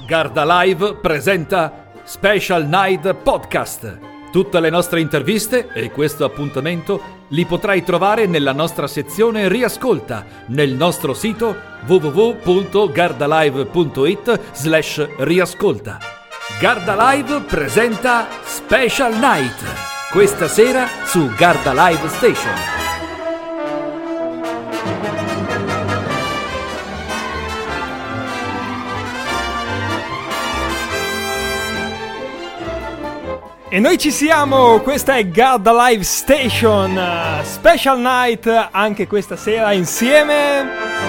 Garda Live presenta Special Night Podcast. Tutte le nostre interviste e questo appuntamento li potrai trovare nella nostra sezione Riascolta nel nostro sito www.gardalive.it/riascolta. Garda Live presenta Special Night questa sera su Garda Live Station. E noi ci siamo, questa è Garda Live Station, Special Night anche questa sera insieme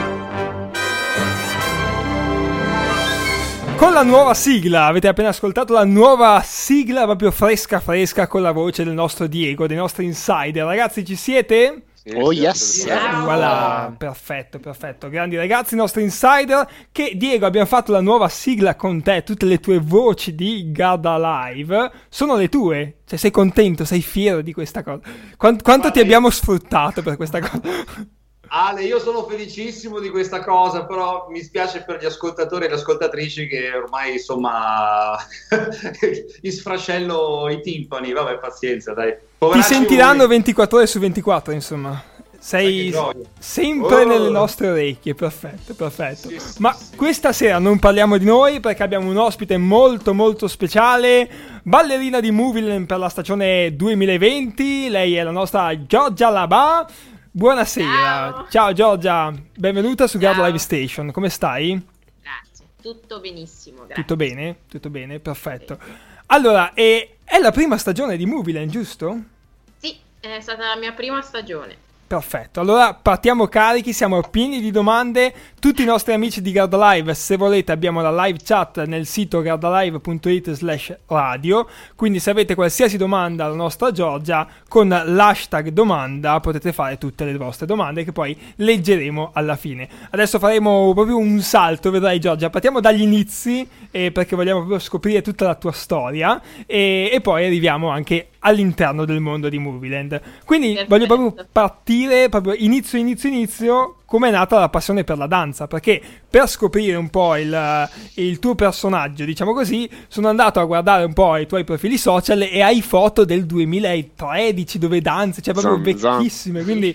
con la nuova sigla. Avete appena ascoltato la nuova sigla proprio fresca con la voce del nostro Diego, dei nostri insider. Ragazzi, ci siete? Oh yes! Voilà, perfetto, grandi ragazzi, i nostri insider. Che Diego, abbiamo fatto la nuova sigla con te, tutte le tue voci di Garda Live sono le tue, cioè sei contento, sei fiero di questa cosa? Quanto ti abbiamo sfruttato per questa cosa? Ale, io sono felicissimo di questa cosa, però mi spiace per gli ascoltatori e le ascoltatrici che ormai, insomma, gli sfrascello i timpani. Vabbè, pazienza, dai. Ti sentiranno 24 ore su 24, insomma. Sei sempre nelle nostre orecchie, perfetto. Sì, ma questa sera non parliamo di noi perché abbiamo un ospite molto speciale, ballerina di Movieland per la stagione 2020. Lei è la nostra Giorgia Labà. Buonasera, ciao Giorgia, benvenuta su Garda Live Station, come stai? Grazie, tutto benissimo, grazie. Tutto bene, perfetto. Allora, è la prima stagione di Movieland, giusto? Sì, è stata la mia prima stagione. Perfetto, allora partiamo carichi, siamo pieni di domande. Tutti i nostri amici di Garda Live, se volete, abbiamo la live chat nel sito gardalive.it/radio, quindi se avete qualsiasi domanda alla nostra Giorgia, con l'hashtag domanda potete fare tutte le vostre domande che poi leggeremo alla fine. Adesso faremo proprio un salto, vedrai Giorgia, partiamo dagli inizi perché vogliamo proprio scoprire tutta la tua storia e poi arriviamo anche all'interno del mondo di Movieland. Quindi Perfetto. Voglio proprio partire proprio inizio come è nata la passione per la danza, perché per scoprire un po' il tuo personaggio, diciamo così, sono andato a guardare un po' i tuoi profili social e hai foto del 2013 dove danzi, cioè proprio vecchissime, quindi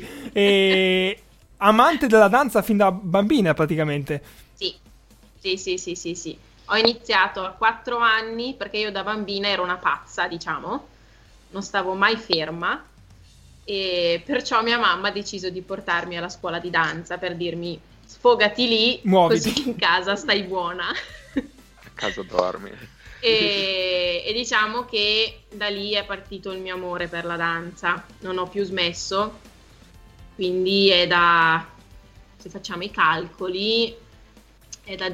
amante della danza fin da bambina praticamente. Sì. Ho iniziato a 4 anni perché io da bambina ero una pazza, diciamo, non stavo mai ferma. E perciò mia mamma ha deciso di portarmi alla scuola di danza per dirmi sfogati lì, muoviti, così in casa stai buona. A casa dormi. E diciamo che da lì è partito il mio amore per la danza, non ho più smesso, quindi è da, se facciamo i calcoli, è da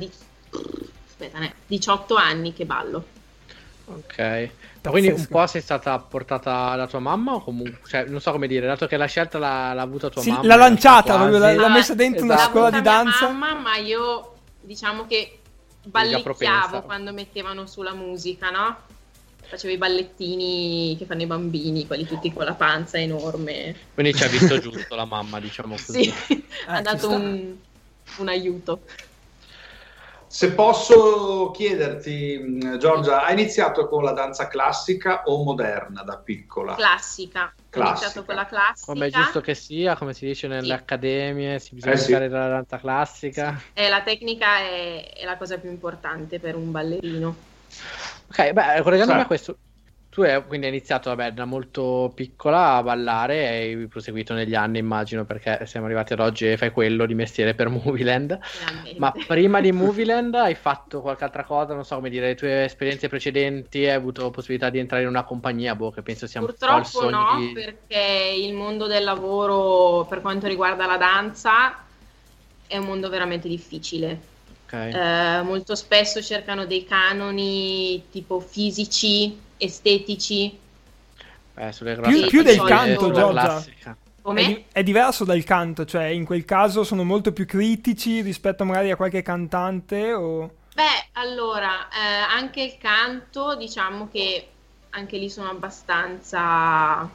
18 anni che ballo. Ok. Quindi un po' sei stata portata da tua mamma o comunque, cioè, non so come dire, dato che la scelta l'ha avuta tua mamma. L'ha lanciata, l'ha messa dentro una scuola di danza. Mia mamma, ma io diciamo che ballicchiavo quando mettevano su la musica, no? Facevo i ballettini che fanno i bambini, quelli tutti con la panza enorme. Quindi ci ha visto giusto la mamma, diciamo così. Sì, ha dato un aiuto. Se posso chiederti, Giorgia, hai iniziato con la danza classica o moderna da piccola? Classica. Ho iniziato con la classica. Come è giusto che sia, come si dice nelle accademie, si bisogna fare della danza classica. La tecnica è la cosa più importante per un ballerino. Ok, beh, collegandomi a questo, tu quindi hai iniziato da molto piccola a ballare e hai proseguito negli anni, immagino, perché siamo arrivati ad oggi e fai quello di mestiere per Movieland. Ma prima di Movieland hai fatto qualche altra cosa, non so come dire, le tue esperienze precedenti, hai avuto possibilità di entrare in una compagnia, che penso sia un po' il Purtroppo sogno no, perché il mondo del lavoro per quanto riguarda la danza è un mondo veramente difficile. Okay. Molto spesso cercano dei canoni tipo fisici, estetici. Più del canto, Giorgia. Come? È diverso dal canto, cioè in quel caso sono molto più critici rispetto magari a qualche cantante o... Beh, allora, anche il canto, diciamo che anche lì sono abbastanza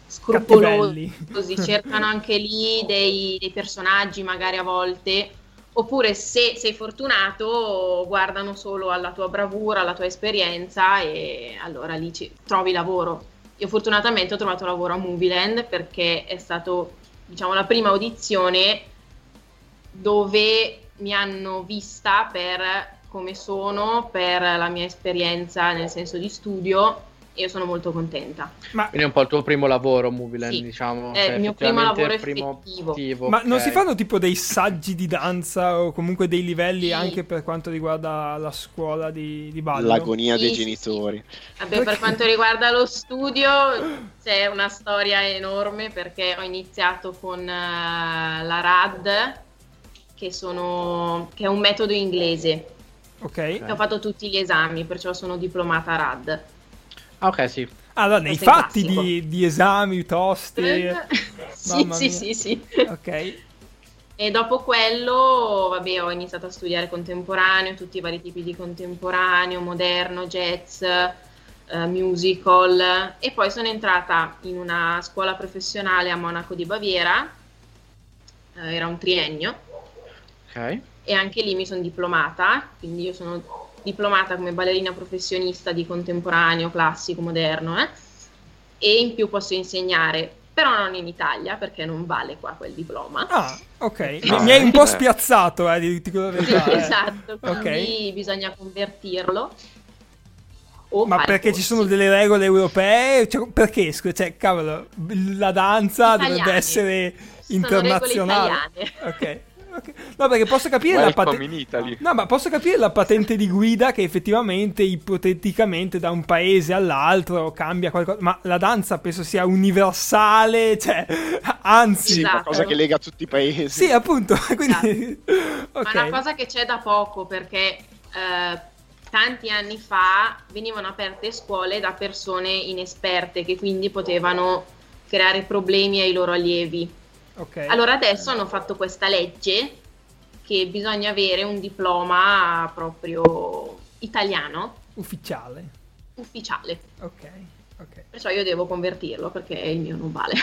scrupolosi, cercano anche lì dei personaggi magari a volte Oppure se sei fortunato guardano solo alla tua bravura, alla tua esperienza e allora lì trovi lavoro. Io fortunatamente ho trovato lavoro a Movieland perché è stato, diciamo, la prima audizione dove mi hanno vista per come sono, per la mia esperienza nel senso di studio, e io sono molto contenta. Quindi è un po' il tuo primo lavoro, Movieland, sì, diciamo. È il mio primo lavoro effettivo. Ma non si fanno tipo dei saggi di danza o comunque dei livelli anche per quanto riguarda la scuola di ballo? L'agonia dei genitori. Vabbè, per quanto riguarda lo studio c'è una storia enorme perché ho iniziato con la RAD, che è un metodo inglese. Ok. Ho fatto tutti gli esami, perciò sono diplomata RAD. Ok, sì. Allora, nei fatti di esami, tosti. Sì. Ok. E dopo quello, vabbè, ho iniziato a studiare contemporaneo, tutti i vari tipi di contemporaneo, moderno, jazz, musical, e poi sono entrata in una scuola professionale a Monaco di Baviera, era un triennio, ok, e anche lì mi sono diplomata, quindi io sono diplomata come ballerina professionista di contemporaneo, classico, moderno, e in più posso insegnare, però non in Italia perché non vale qua quel diploma. Ah, ok. Mi hai un po' spiazzato, di la verità. Sì, esatto, quindi bisogna convertirlo. Ma perché ci sono delle regole europee? Cioè, perché? Cioè, cavolo, la danza dovrebbe essere internazionale. Ok. No, perché posso capire ma posso capire la patente di guida che effettivamente ipoteticamente da un paese all'altro cambia qualcosa, ma la danza penso sia universale, cioè anzi una cosa che lega tutti i paesi. Sì, appunto. Quindi, Ma è una cosa che c'è da poco perché tanti anni fa venivano aperte scuole da persone inesperte che quindi potevano creare problemi ai loro allievi. Okay. Allora adesso hanno fatto questa legge che bisogna avere un diploma proprio italiano. Ufficiale. Ok. Perciò io devo convertirlo perché il mio non vale.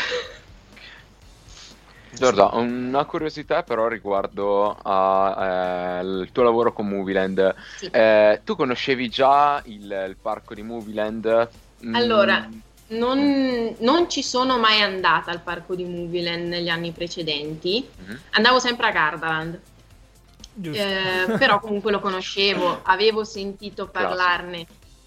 Giorgia, una curiosità però riguardo al tuo lavoro con Movieland. Sì. Tu conoscevi già il parco di Movieland? Allora, non ci sono mai andata al parco di Movieland negli anni precedenti. Andavo sempre a Gardaland. Però comunque lo conoscevo, avevo sentito parlarne.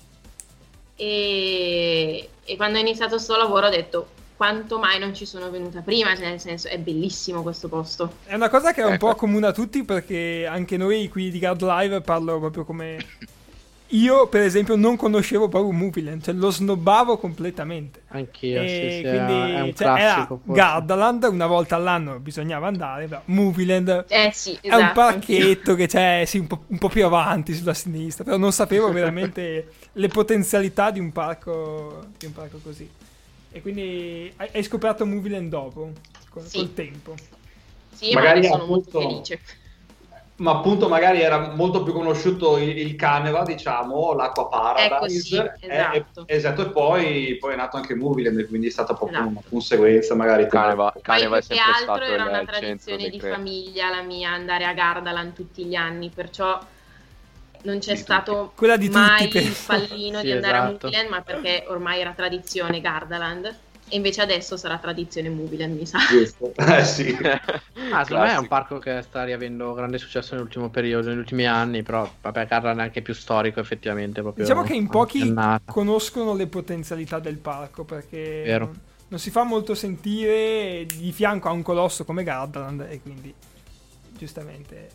E quando ho iniziato sto lavoro ho detto: quanto mai non ci sono venuta prima, cioè, nel senso, è bellissimo questo posto. È una cosa che è un po' comune a tutti, perché anche noi qui di Guard Live parlo proprio come... Io, per esempio, non conoscevo proprio Movieland, cioè lo snobbavo completamente. Anch'io, sì, quindi, è un classico. Gardaland, una volta all'anno bisognava andare, però Movieland sì, è un parchetto che c'è un po' più avanti sulla sinistra, però non sapevo veramente le potenzialità di un parco così. E quindi hai scoperto Movieland dopo, col tempo. Sì, magari sono molto felice. Ma appunto magari era molto più conosciuto il Caneva, diciamo, l'Aqua Paradise. Esatto. Esatto, e poi è nato anche Movieland, quindi è stata proprio una conseguenza magari. Caneva è sempre stato era una il tradizione di famiglia la mia, andare a Gardaland tutti gli anni, perciò non c'è stato mai il pallino di andare a Movieland, ma perché ormai era tradizione Gardaland. E invece adesso sarà tradizione Movieland, mi sa. Giusto. Sì. Secondo me è un parco che sta riavendo grande successo nell'ultimo periodo, negli ultimi anni, però vabbè, Gardaland è anche più storico effettivamente. Proprio diciamo che in pochi conoscono le potenzialità del parco, perché non si fa molto sentire di fianco a un colosso come Gardaland, e quindi giustamente...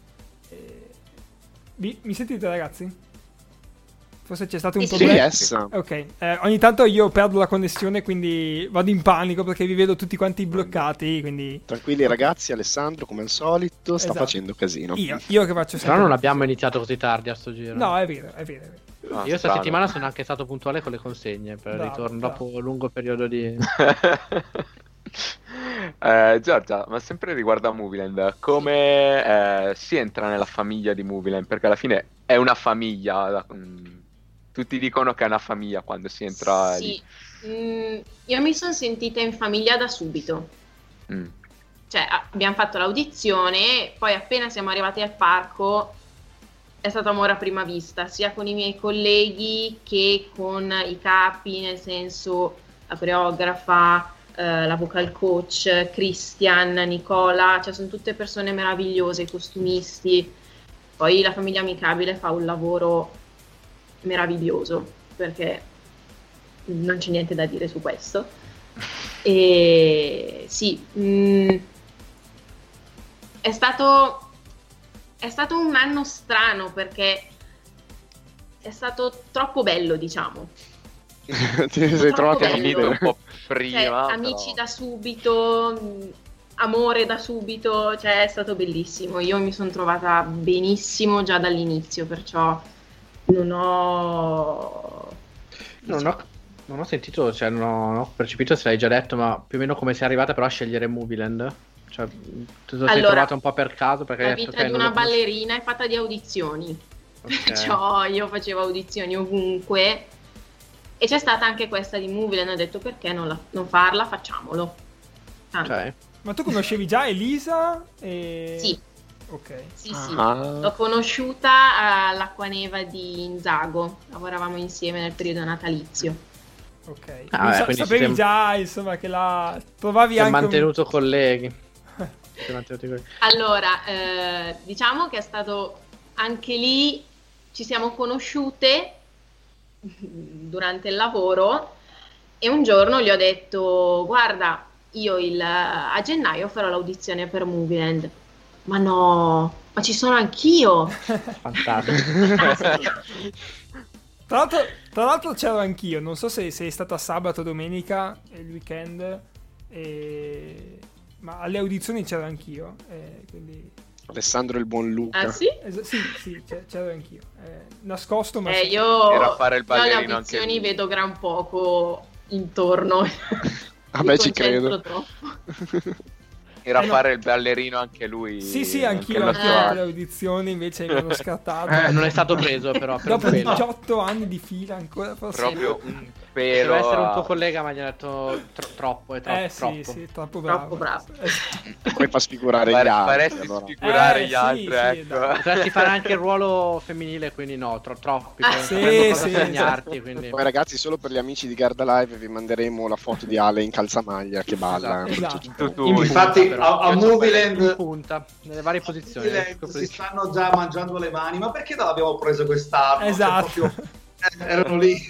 Mi sentite, ragazzi? Forse c'è stato un problema. Yes. Ok, ogni tanto io perdo la connessione, quindi vado in panico perché vi vedo tutti quanti bloccati, quindi... Tranquilli ragazzi, Alessandro come al solito sta facendo casino. Io che faccio sempre... Però non abbiamo iniziato così tardi a sto giro. No, è vero. Io questa settimana sono anche stato puntuale con le consegne per il ritorno dopo un lungo periodo di... Giorgia, ma sempre riguardo a Movieland, come si entra nella famiglia di Movieland? Perché alla fine è una famiglia, tutti dicono che è una famiglia quando si entra lì. Io mi sono sentita in famiglia da subito. cioè abbiamo fatto l'audizione, poi appena siamo arrivati al parco è stato amore a prima vista, sia con i miei colleghi che con i capi, nel senso la coreografa, la vocal coach, Christian, Nicola, cioè sono tutte persone meravigliose, i costumisti. Poi la famiglia Amicabile fa un lavoro meraviglioso, perché non c'è niente da dire su questo. E sì, è stato un anno strano, perché è stato troppo bello, diciamo. Ti sei trovato a bello. un po' prima, cioè, amici da subito, amore da subito, cioè è stato bellissimo. Io mi sono trovata benissimo già dall'inizio, perciò non ho sentito, cioè non ho percepito se l'hai già detto, ma più o meno come sei arrivata però a scegliere Movieland? Cioè, tu lo sei trovata un po' per caso? Perché la hai detto, vita di una ballerina è fatta di audizioni. Okay. Perciò io facevo audizioni ovunque. E c'è stata anche questa di Movieland, ho detto perché non farla, facciamolo. Tanto. Okay. Ma tu conoscevi già Elisa? Sì. Ok. Sì. L'ho conosciuta all'Acquaneva di Inzago, lavoravamo insieme nel periodo natalizio. Ok. Sapevi già, insomma, che la trovavi anche mantenuto colleghi. Allora, diciamo che è stato anche lì, ci siamo conosciute durante il lavoro e un giorno gli ho detto: guarda, io a gennaio farò l'audizione per Movieland. Ma no, ma ci sono anch'io. Fantastico. Tra l'altro c'ero anch'io, non so se sei stata sabato o domenica, il weekend, ma alle audizioni c'ero anch'io, quindi... Alessandro il buon Luca. Ah sì? Sì, c'ero anch'io. Nascosto, ma io era a fare il ballerino alle audizioni vedo gran poco intorno. A me ci credo. Troppo. Era a fare il ballerino anche lui. Sì, anch'io alle audizioni invece mi hanno scattato. Non è stato preso però. Dopo 18 anni di fila ancora forse. Proprio un pelo. Deve essere un tuo collega, ma gli ha detto troppo, è troppo. Sì, troppo bravo. Poi fa sfigurare gli altri. Faresti sfigurare gli altri, ecco. Potresti fare anche il ruolo femminile, quindi no, troppi. Sì. Segnarti, quindi. Poi ragazzi, solo per gli amici di Garda Live vi manderemo la foto di Ale in calzamaglia che balla. Esatto. Infatti a Movieland in punta, nelle varie posizioni. Si stanno già mangiando le mani, ma perché non l'abbiamo preso quest'anno? Esatto. Cioè, erano lì.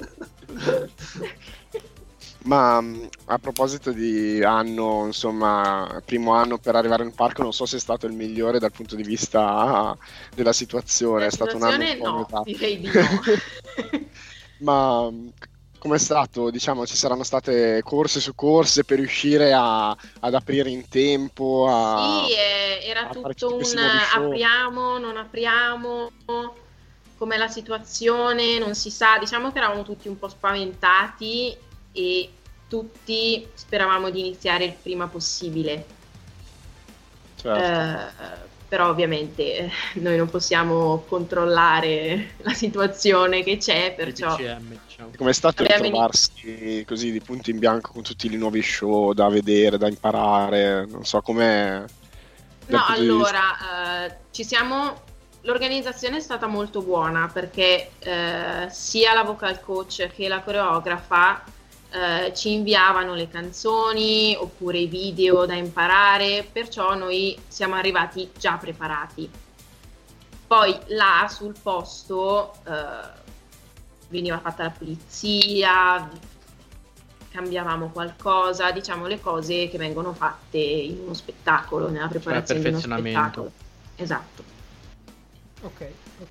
Ma a proposito di anno, insomma, primo anno per arrivare in parco, non so se è stato il migliore dal punto di vista della situazione. È stato un anno un po' direi di no. Ma com'è stato? Diciamo, ci saranno state corse su corse per riuscire ad aprire in tempo? Sì, era tutto un apriamo, non apriamo, com'è la situazione, non si sa. Diciamo che eravamo tutti un po' spaventati e tutti speravamo di iniziare il prima possibile. Certo. Però ovviamente noi non possiamo controllare la situazione che c'è, perciò... diciamo. Come è stato ritrovarsi così di punto in bianco con tutti i nuovi show da vedere, da imparare? Non so com'è. No, allora, l'organizzazione è stata molto buona perché sia la vocal coach che la coreografa ci inviavano le canzoni oppure i video da imparare, perciò noi siamo arrivati già preparati. Poi là sul posto veniva fatta la pulizia, cambiavamo qualcosa, diciamo le cose che vengono fatte in uno spettacolo, nella preparazione di uno spettacolo. Esatto. Ok.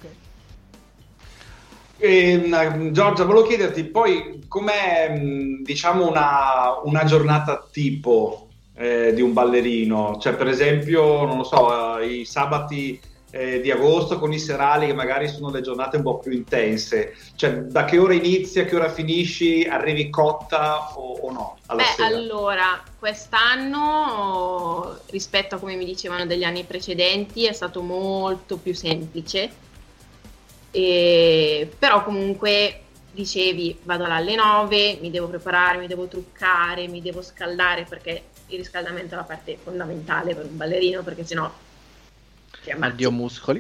Giorgia, volevo chiederti poi com'è, diciamo, una giornata tipo di un ballerino, cioè per esempio, non lo so, i sabati di agosto con i serali che magari sono le giornate un po' più intense, cioè da che ora inizi a che ora finisci, arrivi cotta o no? Sera? Allora, quest'anno rispetto a come mi dicevano degli anni precedenti è stato molto più semplice. Però comunque dicevi vado là alle 9, mi devo preparare, mi devo truccare, mi devo scaldare perché il riscaldamento è la parte fondamentale per un ballerino, perché sennò ti ammazzi. Addio muscoli.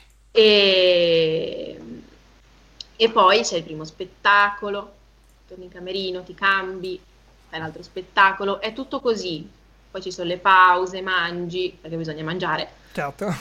E poi c'è il primo spettacolo, torni in camerino, ti cambi, fai l'altro spettacolo, è tutto così. Poi ci sono le pause, mangi, perché bisogna mangiare. Certo.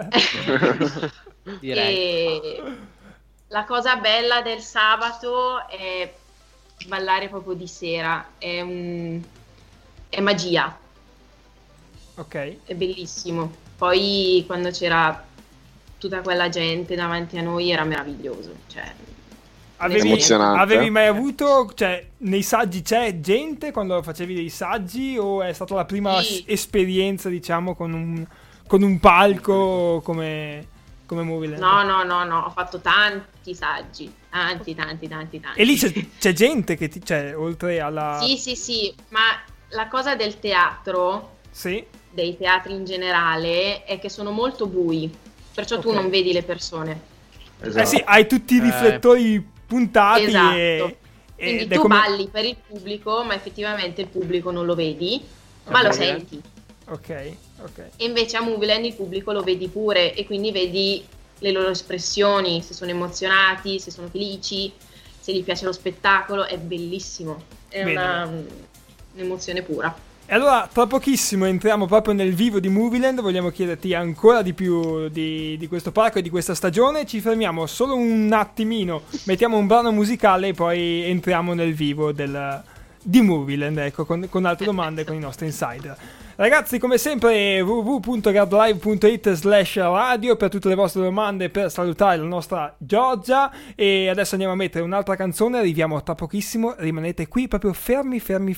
Direi. E la cosa bella del sabato è ballare proprio di sera, è magia. Ok. È bellissimo. Poi quando c'era tutta quella gente davanti a noi era meraviglioso. Cioè, avevi mai avuto, cioè, nei saggi c'è gente quando facevi dei saggi, o è stata la prima esperienza, diciamo, con un palco come Moviland? No, ho fatto tanti saggi, tanti. E lì c'è gente che cioè, oltre alla... Sì, ma la cosa del teatro, sì, dei teatri in generale, è che sono molto bui, perciò tu non vedi le persone. Esatto. Sì, hai tutti i riflettori puntati. Esatto. Quindi tu balli per il pubblico, ma effettivamente il pubblico non lo vedi, ma lo senti. Ok. E invece a Moviland il pubblico lo vedi pure, e quindi vedi le loro espressioni, se sono emozionati, se sono felici, se gli piace lo spettacolo. È bellissimo, è un'emozione pura. E allora tra pochissimo entriamo proprio nel vivo di Moviland. Vogliamo chiederti ancora di più di questo parco e di questa stagione. Ci fermiamo solo un attimino, mettiamo un brano musicale e poi entriamo nel vivo di Moviland, ecco, con altre domande con i nostri insider. Ragazzi, come sempre www.gardlive.it/radio per tutte le vostre domande, per salutare la nostra Giorgia. E adesso andiamo a mettere un'altra canzone, arriviamo tra pochissimo, rimanete qui proprio fermi.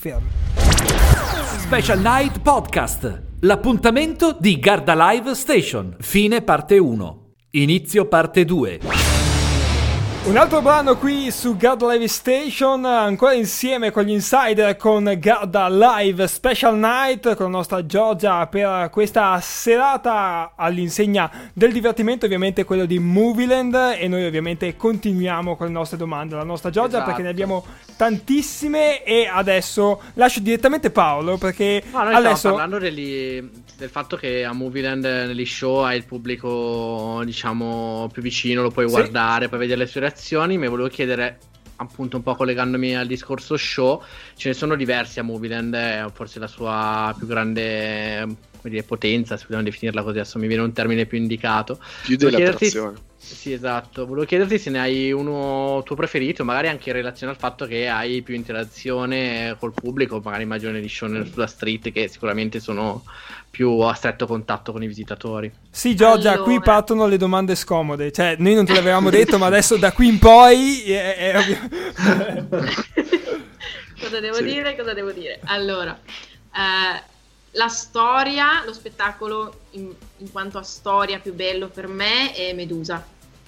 Special Night Podcast, l'appuntamento di Garda Live Station, fine parte 1, inizio parte 2. Un altro brano qui su Garda Live Station, ancora insieme con gli insider, con Garda Live Special Night, con la nostra Giorgia, per questa serata all'insegna del divertimento, ovviamente quello di Moviland, e noi ovviamente continuiamo con le nostre domande alla nostra Giorgia, perché ne abbiamo tantissime. E adesso lascio direttamente Paolo, perché noi adesso stiamo parlando del fatto che a Moviland negli show hai il pubblico, diciamo, più vicino, lo puoi guardare, puoi vedere le sue reazioni. Ma volevo chiedere, appunto, un po' collegandomi al discorso show, ce ne sono diversi a Moviland, forse la sua più grande, come dire, potenza, se vogliamo definirla così, adesso mi viene un termine più indicato. Più dell'attrazione. Sì, esatto. Volevo chiederti se ne hai uno tuo preferito, magari anche in relazione al fatto che hai più interazione col pubblico, magari immagino negli show sulla street, che sicuramente sono più a stretto contatto con i visitatori. Sì, Giorgia, allora, qui partono le domande scomode. Cioè, noi non te l'avevamo detto, ma adesso da qui in poi Cosa devo dire? Allora, la storia, lo spettacolo in quanto a storia più bello per me è Medusa.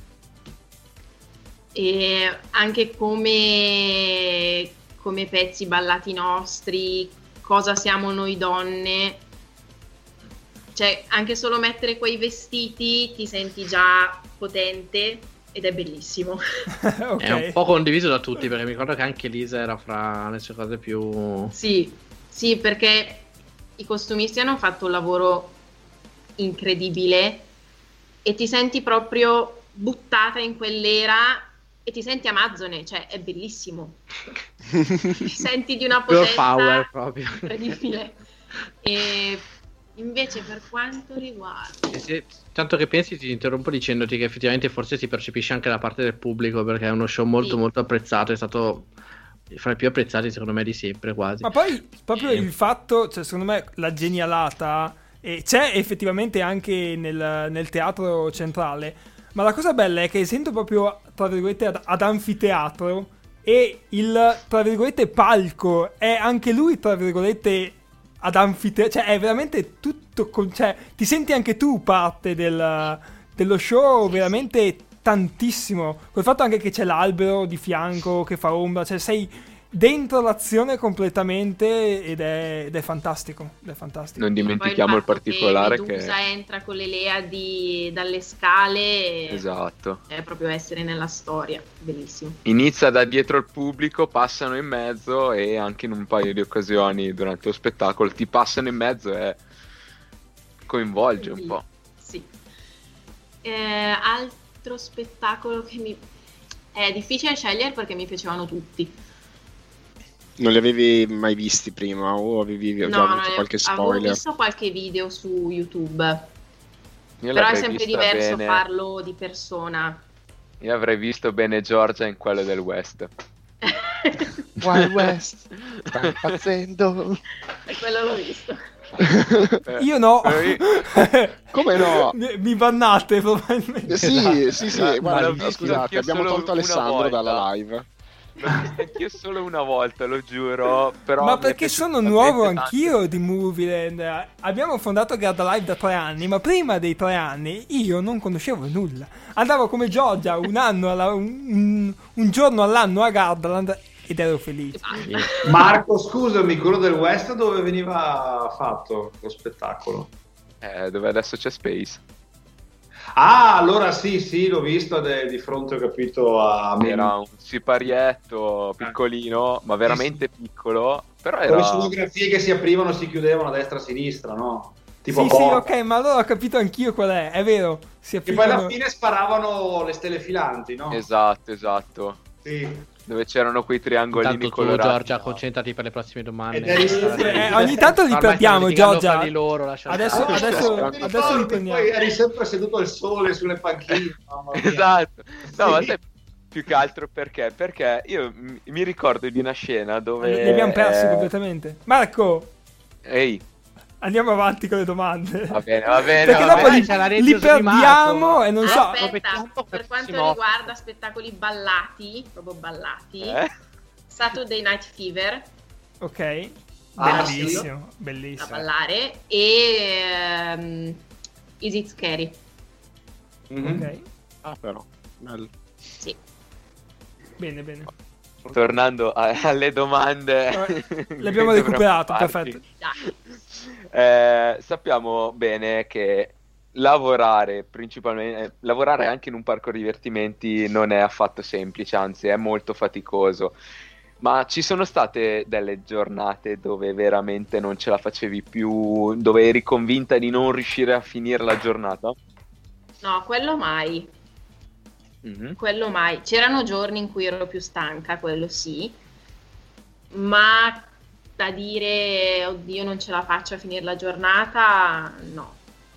E anche come pezzi ballati nostri, cosa siamo noi donne. Cioè, anche solo mettere quei vestiti ti senti già potente ed è bellissimo. Okay. È un po' condiviso da tutti, perché mi ricordo che anche Lisa era fra le sue cose più... Sì, perché i costumisti hanno fatto un lavoro incredibile e ti senti proprio buttata in quell'era e ti senti amazzone, cioè è bellissimo. Ti senti di una potenza power proprio incredibile. E invece per quanto riguarda... tanto che pensi, ti interrompo dicendoti che effettivamente forse si percepisce anche da parte del pubblico, perché è uno show molto molto apprezzato, è stato fra i più apprezzati secondo me di sempre quasi. Ma poi proprio il fatto, cioè secondo me la genialata c'è effettivamente anche nel teatro centrale, ma la cosa bella è che essendo proprio tra virgolette ad anfiteatro, e il tra virgolette palco è anche lui tra virgolette ad anfiteatro, cioè è veramente tutto cioè ti senti anche tu parte dello show veramente tantissimo, col fatto anche che c'è l'albero di fianco che fa ombra, cioè sei dentro l'azione completamente ed è fantastico. Non dimentichiamo il particolare che Medusa entra con le Leadi dalle scale. Esatto. È proprio essere nella storia, bellissimo. Inizia da dietro il pubblico, passano in mezzo e anche in un paio di occasioni durante lo spettacolo ti passano in mezzo e coinvolge un po'. Sì. Altro spettacolo che è difficile scegliere perché mi piacevano tutti. Non li avevi mai visti prima o avevi già avuto qualche spoiler? Avevo visto qualche video su YouTube, però è sempre diverso farlo di persona. Io avrei visto bene Giorgia in quello del West. Wild West, sta impazzendo. E quello l'ho visto. Io no. Come no? Mi bannate probabilmente. Sì. Guarda, scusate, abbiamo tolto Alessandro dalla live. L'ho visto anch'io solo una volta, lo giuro. Però ma perché sono nuovo anch'io di Movieland. Abbiamo fondato Garda Live da 3 anni, ma prima dei 3 anni io non conoscevo nulla. Andavo come Giorgia un giorno all'anno a Gardaland ed ero felice. Marco, scusami, quello del West dove veniva fatto lo spettacolo? Dove adesso c'è Space. Ah, allora sì, l'ho visto di fronte, ho capito, a... Era un siparietto piccolino, ma veramente piccolo, però era... Con le scenografie che si aprivano e si chiudevano a destra e a sinistra, no? Tipo sì, ok, ma allora ho capito anch'io qual è vero. E poi alla fine sparavano le stelle filanti, no? Esatto. Sì. Dove c'erano quei triangolini intanto colorati. Tu, Giorgia, concentrati per le prossime domande. Ogni tanto li perdiamo, Giorgia. Adesso li prendiamo. Poi eri sempre seduto al sole sulle panchine. Esatto. No, ma sai più che altro perché? Perché io mi ricordo di una scena dove... Li abbiamo persi completamente. Marco! Ehi! Andiamo avanti con le domande. Va bene. Perché dopo li perdiamo e non so. Aspetta, per quanto riguarda spettacoli ballati, proprio ballati, Saturday Night Fever. Ok. Bellissimo. Da ballare. E Is It Scary? Ok. Però. Bello. Sì. Bene. Tornando alle domande. L'abbiamo recuperato, perfetto. Sappiamo bene che lavorare anche in un parco divertimenti non è affatto semplice, anzi è molto faticoso. Ma ci sono state delle giornate dove veramente non ce la facevi più, dove eri convinta di non riuscire a finire la giornata? No, quello mai. Quello mai. C'erano giorni in cui ero più stanca, quello sì, ma da dire oddio non ce la faccio a finire la giornata, no.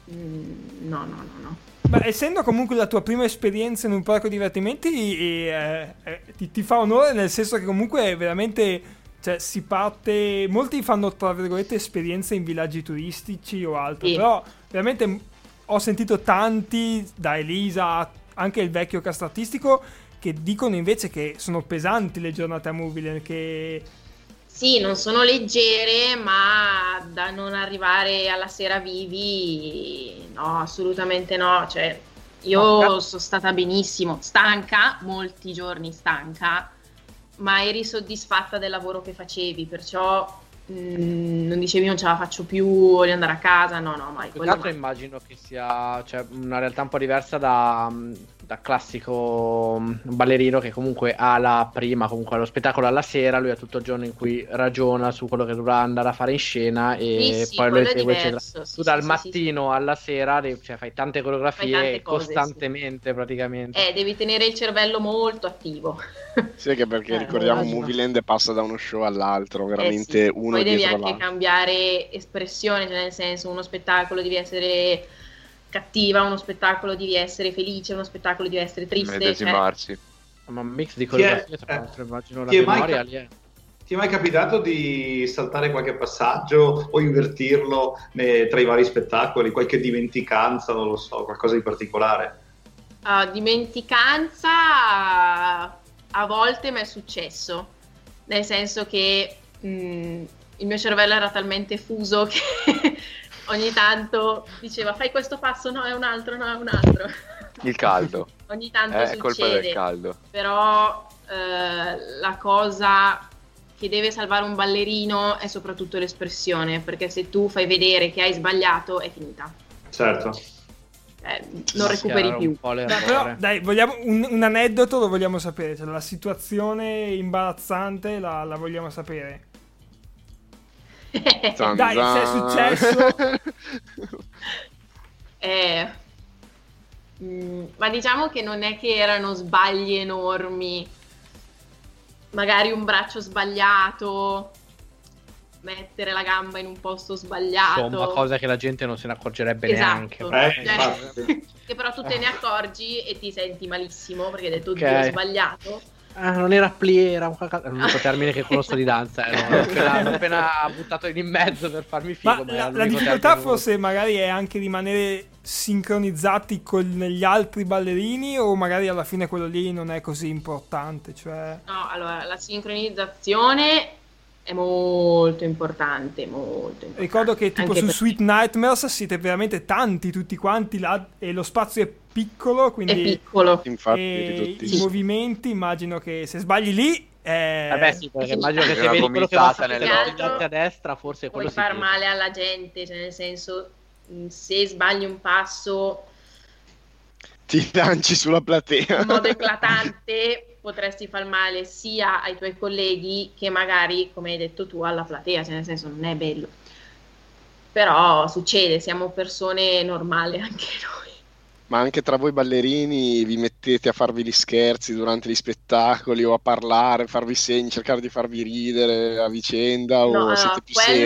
Ma essendo comunque la tua prima esperienza in un parco divertimenti ti fa onore, nel senso che comunque veramente, cioè, si parte, molti fanno tra virgolette esperienze in villaggi turistici o altro, sì. Però veramente ho sentito tanti, da Elisa anche il vecchio cast artistico, che dicono invece che sono pesanti le giornate a Movieland, che sì, non sono leggere, ma da non arrivare alla sera vivi, no, assolutamente no. Cioè, io sono stata benissimo, stanca, molti giorni stanca, ma eri soddisfatta del lavoro che facevi, perciò non dicevi non ce la faccio più, voglio andare a casa, no, mai. Tra l'altro immagino che sia, cioè, una realtà un po' diversa da classico ballerino che comunque ha la prima, comunque lo spettacolo alla sera, lui ha tutto il giorno in cui ragiona su quello che dovrà andare a fare in scena e sì, poi lo esegue, eccetera. Tu dal mattino alla sera cioè, fai tante coreografie tante cose, costantemente, praticamente. Devi tenere il cervello molto attivo. Sì, che perché ricordiamo Movieland passa da uno show all'altro, veramente sì. uno poi dietro devi anche l'altro. Cambiare espressione, cioè nel senso, uno spettacolo devi essere cattiva, uno spettacolo devi essere felice, uno spettacolo devi essere triste, medesimarsi. Ma un mix di coreografie, tra l'altro, immagino la memoria lì è. Ti è mai capitato di saltare qualche passaggio o invertirlo tra i vari spettacoli, qualche dimenticanza, non lo so, qualcosa di particolare? Dimenticanza a volte mi è successo, nel senso che il mio cervello era talmente fuso che ogni tanto diceva fai questo passo, no è un altro, il caldo ogni tanto è colpa del succede, caldo. però la cosa che deve salvare un ballerino è soprattutto l'espressione, perché se tu fai vedere che hai sbagliato è finita. Certo. Non recuperi più. Però dai, vogliamo un aneddoto, lo vogliamo sapere, cioè la situazione imbarazzante la vogliamo sapere. Dai, se è successo ma diciamo che non è che erano sbagli enormi, magari un braccio sbagliato, mettere la gamba in un posto sbagliato, insomma cose che la gente non se ne accorgerebbe neanche, che però tu te ne accorgi e ti senti malissimo perché hai detto Dio, ho sbagliato. Non era plie, era l'unico termine che conosco di danza. L'ho appena buttato in mezzo per farmi figo. Ma la difficoltà forse magari è anche rimanere sincronizzati con gli altri ballerini, o magari alla fine quello lì non è così importante, cioè... No, allora la sincronizzazione è molto importante, molto importante. Ricordo che tipo anche su Sweet Nightmares siete veramente tanti tutti quanti là e lo spazio è piccolo, quindi è piccolo. Infatti, i movimenti immagino che se sbagli lì vabbè sì, perché immagino che se una vedi quello che va gomitata a destra forse puoi quello far male alla gente, cioè nel senso, se sbagli un passo ti lanci sulla platea in modo eclatante potresti far male sia ai tuoi colleghi che magari, come hai detto tu, alla platea, cioè nel senso non è bello, però succede, siamo persone normali anche noi. Ma anche tra voi ballerini vi mettete a farvi gli scherzi durante gli spettacoli, o a parlare, farvi segni, cercare di farvi ridere a vicenda, o siete più seri?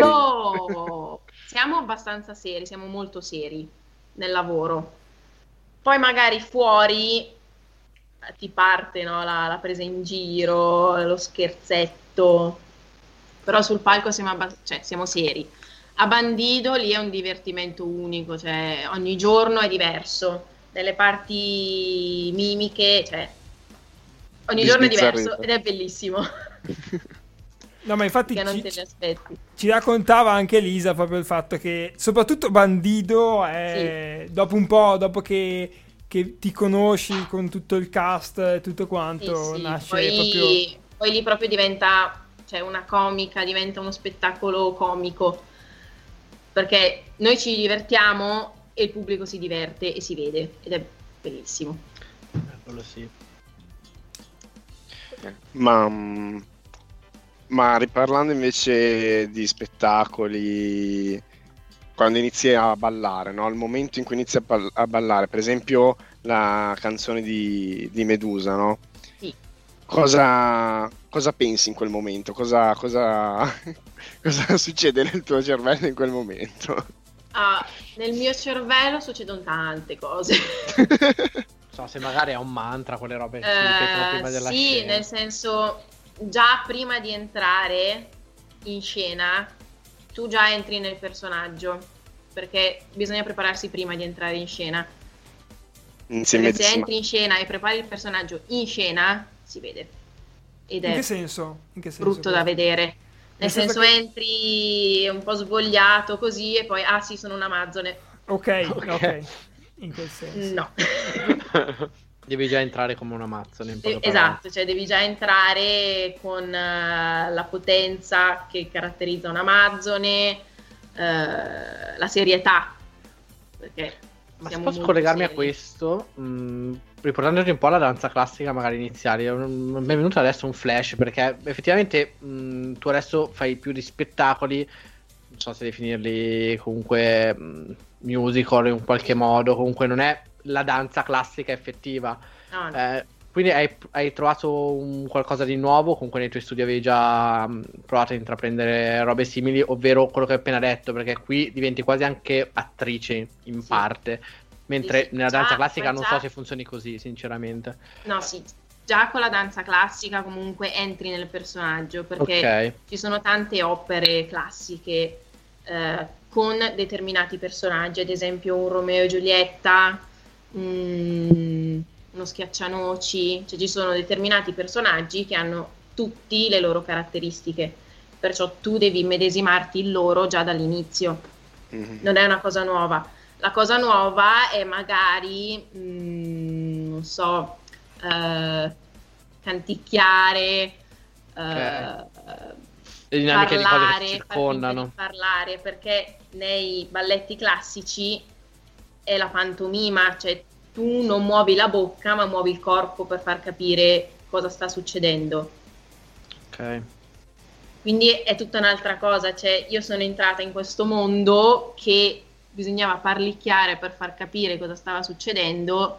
Siamo abbastanza seri, siamo molto seri nel lavoro. Poi magari fuori ti parte, no, la presa in giro, lo scherzetto, però sul palco siamo seri. A Bandido lì è un divertimento unico, cioè ogni giorno è diverso, nelle parti mimiche, cioè ogni giorno è diverso ed è bellissimo. No, ma infatti che non te li aspetti. Ci raccontava anche Lisa proprio il fatto che soprattutto Bandido è dopo un po', dopo che ti conosci con tutto il cast e tutto quanto, nasce poi lì proprio diventa, cioè, una comica, diventa uno spettacolo comico, perché noi ci divertiamo e il pubblico si diverte e si vede ed è bellissimo. Quello sì. Ma riparlando invece di spettacoli, quando inizi a ballare, no? Al momento in cui inizi a ballare, per esempio la canzone di Medusa, no? Sì. Cosa pensi in quel momento? Cosa succede nel tuo cervello in quel momento? Nel mio cervello succedono tante cose. So, se magari è un mantra, quelle robe che si ripetono prima della scena. Sì, nel senso, già prima di entrare in scena tu già entri nel personaggio, perché bisogna prepararsi prima di entrare in scena. Se entri in scena e prepari il personaggio in scena, si vede. Ed in è che senso? brutto da vedere. Nel senso che entri un po' svogliato così e poi, sì, sono un'amazzone. Ok. In quel senso. No. Devi già entrare come una mazzone. Esatto, cioè devi già entrare con la potenza che caratterizza una mazzone, la serietà. Perché ma se posso collegarmi a questo, riportandoci un po' alla danza classica magari iniziale, mi è venuto adesso un flash, perché effettivamente tu adesso fai più di spettacoli, non so se definirli comunque musical in qualche modo, comunque non è la danza classica effettiva. No. Quindi hai trovato qualcosa di nuovo? Comunque nei tuoi studi avevi già provato a intraprendere robe simili, ovvero quello che hai appena detto, perché qui diventi quasi anche attrice in parte, mentre nella danza classica non so se funzioni così, sinceramente. No, sì, già con la danza classica comunque entri nel personaggio, perché ci sono tante opere classiche con determinati personaggi, ad esempio un Romeo e Giulietta, uno Schiaccianoci, cioè ci sono determinati personaggi che hanno tutti le loro caratteristiche, perciò tu devi immedesimarti in loro già dall'inizio. Non è una cosa nuova. La cosa nuova è magari non so, canticchiare, le dinamiche di cose che ci circondano. Parlare, perché nei balletti classici è la pantomima, cioè tu non muovi la bocca ma muovi il corpo per far capire cosa sta succedendo. Ok. Quindi è tutta un'altra cosa, cioè io sono entrata in questo mondo che bisognava parlicchiare per far capire cosa stava succedendo,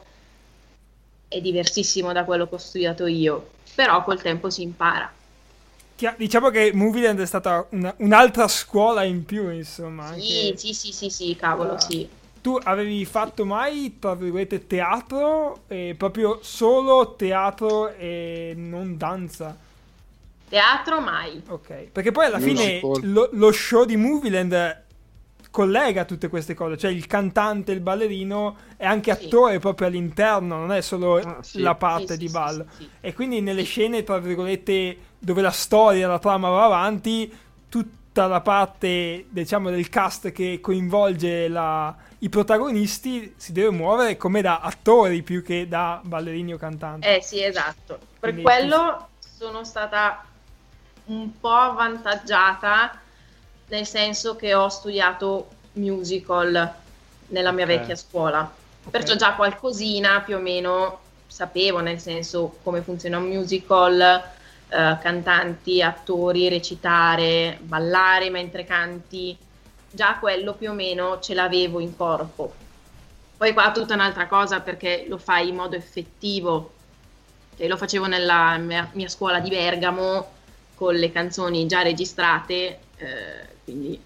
è diversissimo da quello che ho studiato io, però col tempo si impara. Diciamo che Movieland è stata un'altra scuola in più, insomma. Sì, anche... sì, cavolo, sì. Tu avevi fatto mai, tra virgolette, teatro, proprio solo teatro e non danza? Teatro mai. Ok, perché poi alla fine lo show di Movieland collega tutte queste cose, cioè il cantante, il ballerino è anche attore proprio all'interno, non è solo la parte di ballo. Sì. E quindi nelle scene, tra virgolette, dove la storia, la trama va avanti, tutta la parte, diciamo, del cast che coinvolge i protagonisti si deve muovere come da attori più che da ballerini o cantanti. Sì, esatto. Per quello sono stata un po' avvantaggiata, nel senso che ho studiato musical nella mia vecchia scuola, perciò già qualcosina più o meno sapevo, nel senso come funziona un musical, cantanti, attori, recitare, ballare mentre canti, già quello più o meno ce l'avevo in corpo. Poi qua tutta un'altra cosa, perché lo fai in modo effettivo, cioè, lo facevo nella mia scuola di Bergamo con le canzoni già registrate, quindi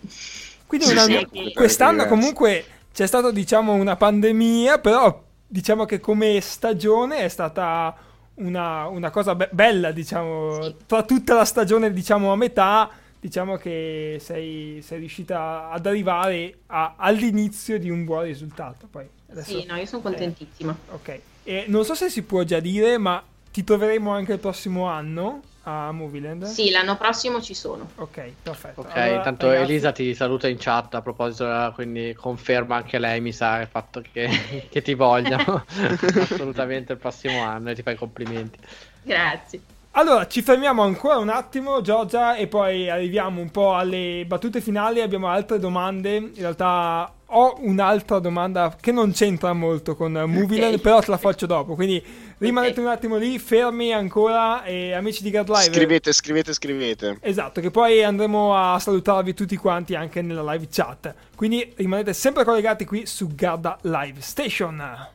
quest'anno comunque c'è stata, diciamo, una pandemia, però diciamo che come stagione è stata una cosa bella, diciamo, sì. Tra tutta la stagione, diciamo, a metà, diciamo che sei riuscita ad arrivare all'inizio di un buon risultato. Poi adesso, sì, no, io sono contentissima. Ok, non so se si può già dire, ma ti troveremo anche il prossimo anno a Movieland? Sì, l'anno prossimo ci sono. Ok, perfetto. Ok, allora, intanto ragazzi... Elisa ti saluta in chat a proposito, quindi conferma anche lei, mi sa, il fatto che ti vogliano assolutamente il prossimo anno e ti fai complimenti. Grazie. Allora, ci fermiamo ancora un attimo, Giorgia, e poi arriviamo un po' alle battute finali. Abbiamo altre domande. In realtà ho un'altra domanda che non c'entra molto con Movieland, però te la faccio dopo. Quindi rimanete un attimo lì, fermi ancora, e amici di Gard Live. Scrivete. Esatto, che poi andremo a salutarvi tutti quanti anche nella live chat. Quindi rimanete sempre collegati qui su Garda Live Station.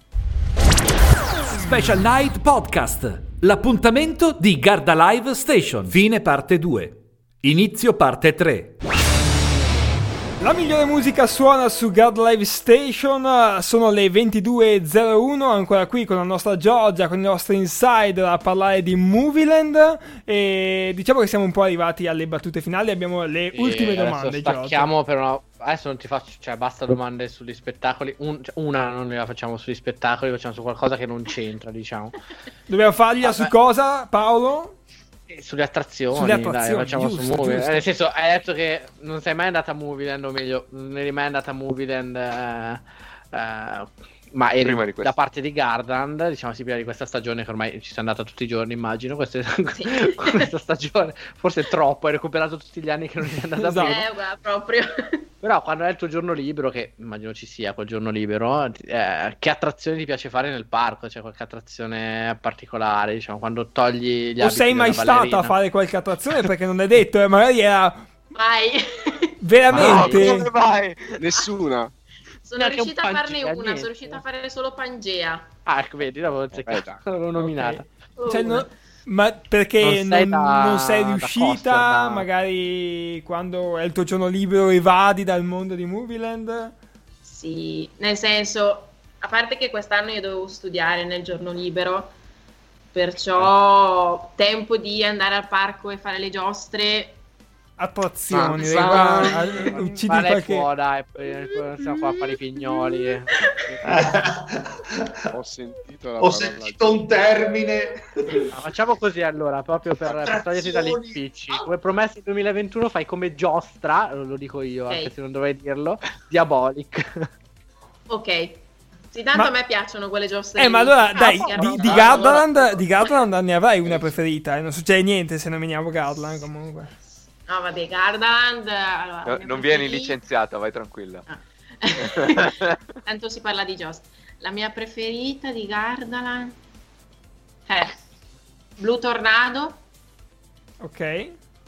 Special Night Podcast. L'appuntamento di Garda Live Station. Fine parte 2. Inizio parte 3. La migliore musica suona su Garda Live Station. Sono le 22.01, ancora qui con la nostra Giorgia, con i nostri insider a parlare di Movieland. E diciamo che siamo un po' arrivati alle battute finali. Abbiamo le ultime domande, stacchiamo Giorgia. Adesso non ti faccio, cioè basta domande sugli spettacoli. Una non la facciamo sugli spettacoli, facciamo su qualcosa che non c'entra, diciamo. Dobbiamo fargliela su cosa, Paolo? Sulle attrazioni, dai, facciamo giusto, su Movieland. Nel senso, hai detto che non sei mai andata a Movieland, o meglio, non eri mai andata a Movieland, ma eri da parte di Gardaland, diciamo, sì, prima di questa stagione, che ormai ci sei andata tutti i giorni, immagino, questa stagione, forse è troppo, hai recuperato tutti gli anni che non sei andata prima. Guarda, proprio. Però quando è il tuo giorno libero, che immagino ci sia quel giorno libero, che attrazioni ti piace fare nel parco? C'è qualche attrazione particolare, diciamo, quando togli gli abiti? O sei mai stata a fare qualche attrazione? Perché non è detto, magari era... Mai. Veramente? Mai. Nessuna. Sono riuscita a farne una, sono riuscita a fare solo Pangea. Ah, ecco, vedi, l'avevo nominata. Cioè, ma perché non sei riuscita? Magari quando è il tuo giorno libero evadi dal mondo di Movieland? Sì, nel senso, a parte che quest'anno io dovevo studiare nel giorno libero, perciò tempo di andare al parco e fare le giostre... Attrazioni, uccidi qualche... dai, stiamo qua a fare i pignoli. Ho sentito un termine. Facciamo così allora, proprio per toglierti dagli impicci. Come promesso nel 2021 fai come giostra, lo dico io, anche se non dovrei dirlo, Diabolic. Ok. Sì, tanto a me piacciono quelle giostre. Ma allora, dai, di Gardaland ne avrai una preferita, non succede niente se nominiamo Gardaland comunque. No, vabbè, Gardaland... Allora, non vieni licenziata, vai tranquilla. Tanto si parla di Joust. La mia preferita di Gardaland è Blue Tornado. Ok.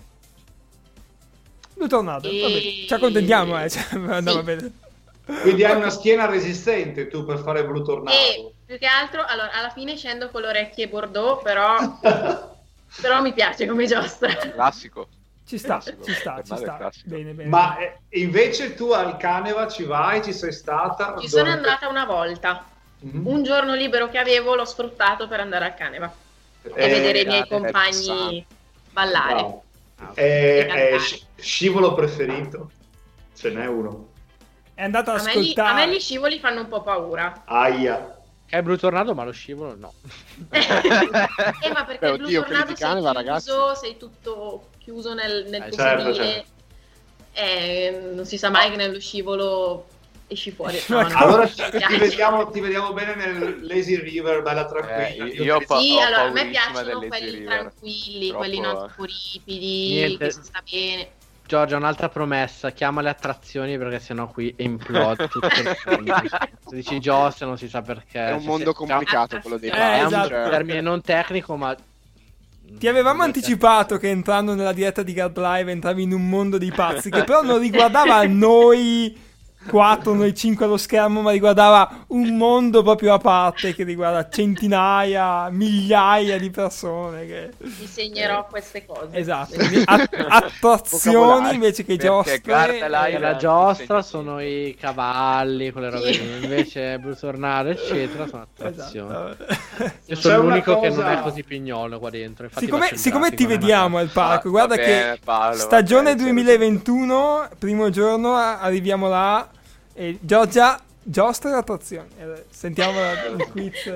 Blue Tornado, vabbè, ci accontentiamo, andava bene. Quindi hai una schiena resistente tu per fare Blue Tornado. E più che altro, allora, alla fine scendo con le orecchie bordeaux, però mi piace come giostra. Classico. Ci sta. Bene. Ma invece tu al Caneva ci vai, ci sei stata? Ci sono andata una volta. Un giorno libero che avevo l'ho sfruttato per andare al Caneva e vedere i miei compagni ballare. Wow. Scivolo preferito? Ce n'è uno. È andato ad ascoltare. A me gli scivoli fanno un po' paura. Aia. Che è Blue Tornado, ma lo scivolo no. Ma perché il Blue Tornado sei tutto chiuso nel tuo sedile. Non si sa mai che nello scivolo esci fuori. No. Allora ti vediamo bene nel Lazy River, bella tranquilla. Allora a me piacciono quelli tranquilli, quelli non troppo ripidi, che si sta bene. Giorgia, un'altra promessa, chiama le attrazioni perché sennò qui implode tutto il mondo. Se dici giostra non si sa perché. È un mondo complicato quello dei è un termine non tecnico, ma ti avevamo anticipato che entrando nella diretta di Guard Live entravi in un mondo dei pazzi, che però non riguardava noi 4, noi 5 allo schermo, ma riguardava un mondo proprio a parte che riguarda centinaia, migliaia di persone che... Ti segnerò queste cose. Esatto, attrazioni invece che giostre. La giostra sono i cavalli, quelle robe lì, invece Blue Tornado eccetera sono attrazioni. Esatto. Io sono l'unico che non è così pignolo qua dentro. Siccome ti vediamo al parco, guarda che stagione 2021, primo giorno arriviamo là. E Giorgia, giostra e attrazioni. Sentiamo il quiz.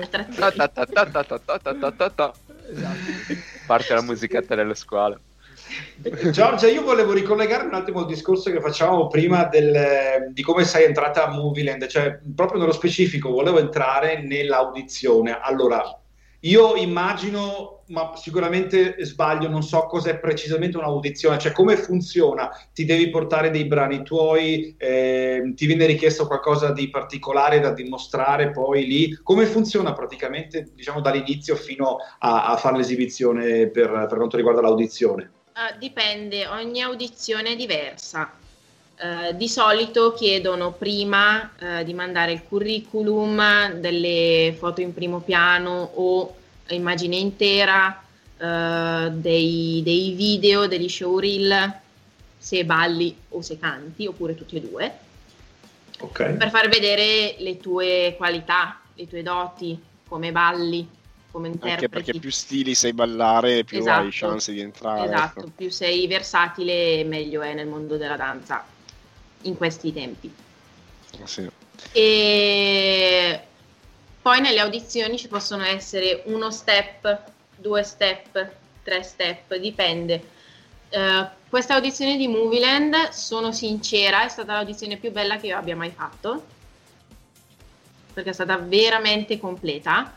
Parte la musichetta delle scuole. Giorgia, io volevo ricollegare un attimo il discorso che facevamo prima di come sei entrata a Movieland, cioè proprio nello specifico volevo entrare nell'audizione. Allora, io immagino, ma sicuramente sbaglio, non so cos'è precisamente un'audizione, cioè come funziona, ti devi portare dei brani tuoi, ti viene richiesto qualcosa di particolare da dimostrare poi lì, come funziona praticamente diciamo dall'inizio fino a fare l'esibizione per quanto riguarda l'audizione? Dipende, ogni audizione è diversa. Di solito chiedono prima di mandare il curriculum, delle foto in primo piano o immagine intera, dei video, degli showreel, se balli o se canti, oppure tutti e due, per far vedere le tue qualità, le tue doti, come balli, come interpreti. Anche perché più stili sai ballare, più hai chance di entrare. Esatto, ecco. Più sei versatile, meglio è nel mondo della danza in questi tempi. Sì. E poi nelle audizioni ci possono essere 1 step, 2 step, 3 step, dipende. Questa audizione di Movieland, sono sincera, è stata l'audizione più bella che io abbia mai fatto, perché è stata veramente completa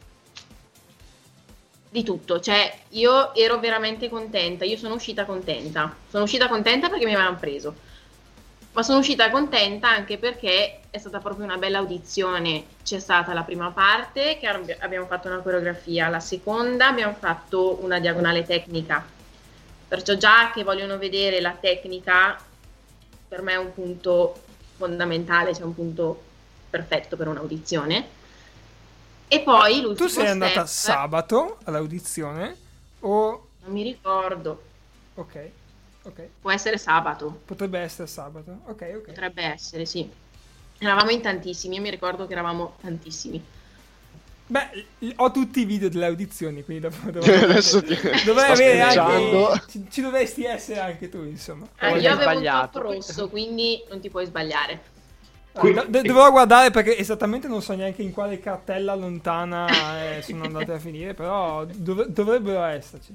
di tutto, cioè io ero veramente contenta, io sono uscita contenta perché mi avevano preso, ma sono uscita contenta anche perché è stata proprio una bella audizione. C'è stata la prima parte che abbiamo fatto una coreografia, la seconda abbiamo fatto una diagonale tecnica, perciò già che vogliono vedere la tecnica per me è un punto fondamentale, cioè un punto perfetto per un'audizione. E poi l'ultimo tu sei andata sabato all'audizione o... Non mi ricordo. Ok. Può essere sabato. Potrebbe essere sabato. Ok. Potrebbe essere, sì. Eravamo in tantissimi, io mi ricordo che eravamo tantissimi. Beh, ho tutti i video delle audizioni, quindi dovrei avere anche... Ci dovresti essere anche tu, insomma. Io avevo un top rosso, quindi non ti puoi sbagliare. Dovevo guardare perché esattamente non so neanche in quale cartella lontana sono andate a finire, però dovrebbero esserci.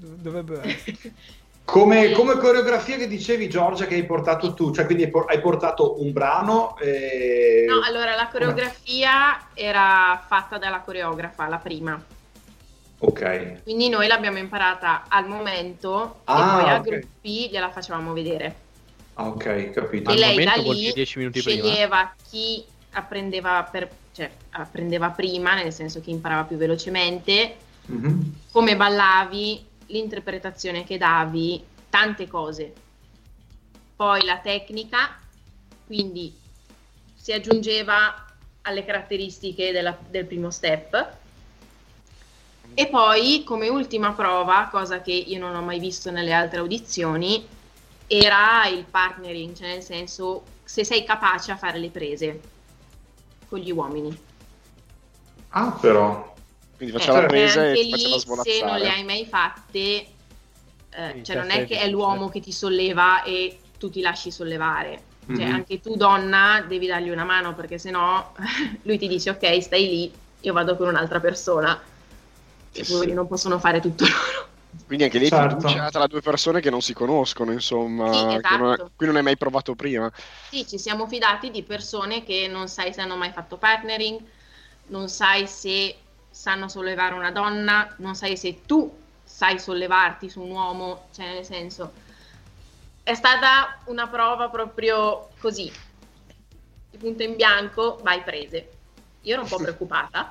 Come coreografia che dicevi, Giorgia, che hai portato tu, cioè quindi hai portato un brano? No, allora la coreografia era fatta dalla coreografa, la prima. Ok. Quindi noi l'abbiamo imparata al momento e poi a gruppi gliela facevamo vedere. Ah, ok, capito. E lei da vuol dire lì 10 minuti sceglieva chi apprendeva prima, nel senso che imparava più velocemente, come ballavi, l'interpretazione che davi, tante cose. Poi la tecnica, quindi si aggiungeva alle caratteristiche del primo step. E poi, come ultima prova, cosa che io non ho mai visto nelle altre audizioni, era il partnering, cioè nel senso se sei capace a fare le prese con gli uomini. Ah, però. Quindi faceva la presa e anche faceva lì, svolazzare. se non le hai mai fatte, cioè non è che è l'uomo che ti solleva e tu ti lasci sollevare. Cioè anche tu donna devi dargli una mano, perché sennò lui ti dice ok, stai lì, io vado con un'altra persona. E poi non possono fare tutto loro. Quindi anche lì è fiducia tra due persone che non si conoscono, insomma, sì, esatto. qui non hai mai provato prima. Sì, ci siamo fidati di persone che non sai se hanno mai fatto partnering, non sai se sanno sollevare una donna, non sai se tu sai sollevarti su un uomo, cioè nel senso è stata una prova proprio così, di punto in bianco, vai prese. Io ero un po' preoccupata,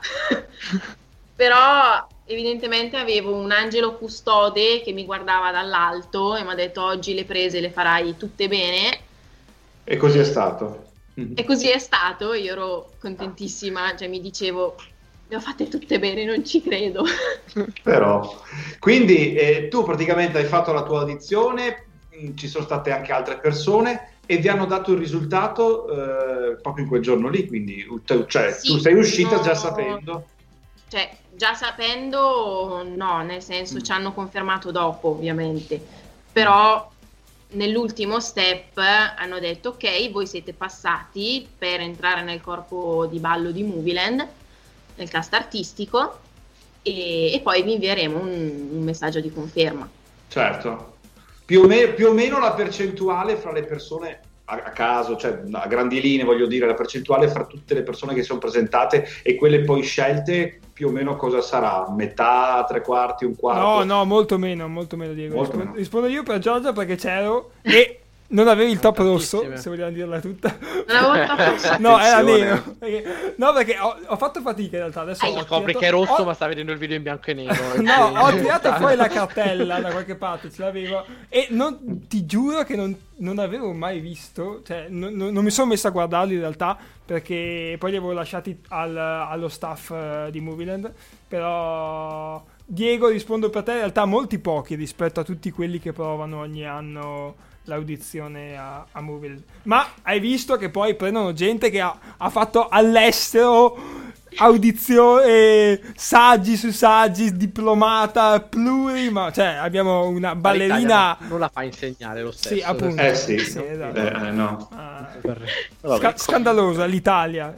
però evidentemente avevo un angelo custode che mi guardava dall'alto e mi ha detto oggi le prese le farai tutte bene. E così è stato. E così è stato, io ero contentissima, cioè mi dicevo le ho fatte tutte bene, non ci credo. Però, quindi tu praticamente hai fatto la tua audizione, ci sono state anche altre persone e vi hanno dato il risultato proprio in quel giorno lì, quindi cioè, sì, tu sei uscita già sapendo? Cioè, già sapendo no, nel senso ci hanno confermato dopo ovviamente, però nell'ultimo step hanno detto ok, voi siete passati per entrare nel corpo di ballo di Movieland, nel cast artistico, e poi vi invieremo un messaggio di conferma. Certo, più o meno la percentuale fra le persone a caso, cioè a grandi linee voglio dire, la percentuale fra tutte le persone che sono presentate e quelle poi scelte, più o meno cosa sarà? Metà, tre quarti, un quarto? No, molto meno Diego. Molto meno. Rispondo io per Giorgia perché c'ero e non avevi il top rosso, se vogliamo dirla tutta. Non avevo il top rosso? No, era nero. No, perché ho fatto fatica in realtà. Adesso scopri che è rosso, ma sta vedendo il video in bianco e nero. No, ho tirato fuori la cartella da qualche parte, ce l'avevo. E ti giuro che non avevo mai visto, cioè non mi sono messo a guardarli in realtà, perché poi li avevo lasciati allo staff di Movieland. Però Diego, rispondo per te, in realtà molti pochi rispetto a tutti quelli che provano ogni anno l'audizione a Movieland. Ma hai visto che poi prendono gente che ha fatto all'estero audizione, saggi su saggi, diplomata, ma cioè abbiamo una ballerina, non la fa insegnare lo stesso. Sì, appunto. Sì. Esatto. No. Scandalosa l'Italia.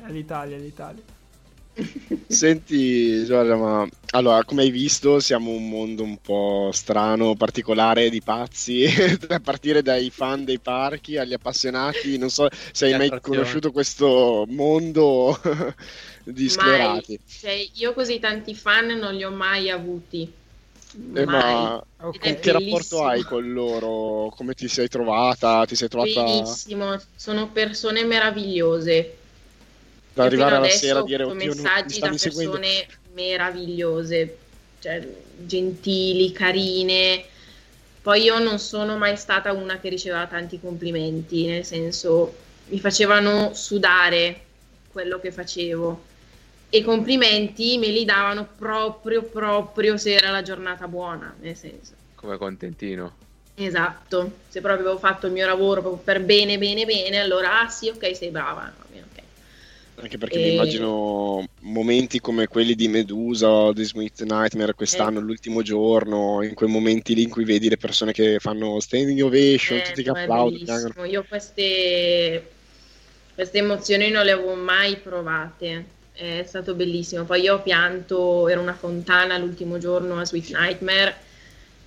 Senti Giorgia, ma allora, come hai visto siamo un mondo un po' strano, particolare, di pazzi, a partire dai fan dei parchi agli appassionati. Non so se hai mai conosciuto questo mondo di sclerati. Cioè, io così tanti fan non li ho mai avuti. Ma che rapporto hai con loro? Come ti sei trovata? Benissimo, sono persone meravigliose. Da arrivare alla adesso sera a dire messaggi da persone meravigliose, cioè gentili, carine. Poi io non sono mai stata una che riceveva tanti complimenti, nel senso mi facevano sudare quello che facevo e i complimenti me li davano proprio se era la giornata buona, nel senso. Come contentino. Esatto, se proprio avevo fatto il mio lavoro proprio per bene, allora sì, ok, sei brava. Anche perché mi immagino momenti come quelli di Medusa o di Sweet Nightmare quest'anno, l'ultimo giorno, in quei momenti lì in cui vedi le persone che fanno standing ovation, tutti che applaudono. Io queste emozioni non le avevo mai provate, è stato bellissimo. Poi io ho pianto, era una fontana l'ultimo giorno a Sweet Nightmare.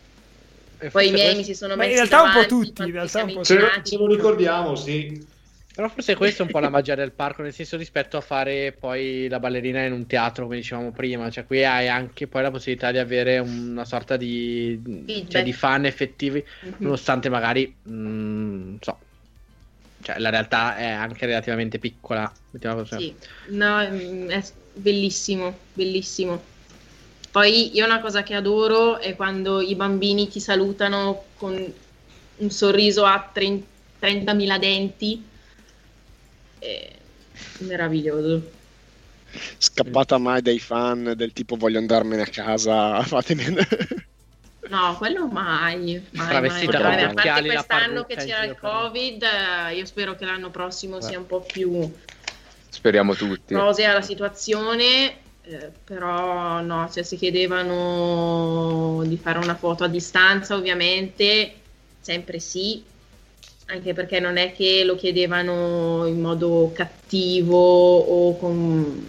Poi i miei mi si sono messi in realtà davanti, un po' tutti, ce lo ricordiamo, sì. Però forse questa è un po' la magia del parco, nel senso rispetto a fare poi la ballerina in un teatro, come dicevamo prima, cioè qui hai anche poi la possibilità di avere una sorta di fan effettivi, nonostante magari, cioè la realtà è anche relativamente piccola. Sì, no, è bellissimo, bellissimo. Poi io una cosa che adoro è quando i bambini ti salutano con un sorriso a 30.000 denti. È meraviglioso. Scappata mai dai fan del tipo voglio andarmene a casa, fatemi... No, quello mai. A parte quest'anno che c'era il Covid, io spero che l'anno prossimo sia un po' più... Speriamo tutti. Rosea la situazione, però no, cioè, si chiedevano di fare una foto a distanza, ovviamente, sempre sì, anche perché non è che lo chiedevano in modo cattivo o con...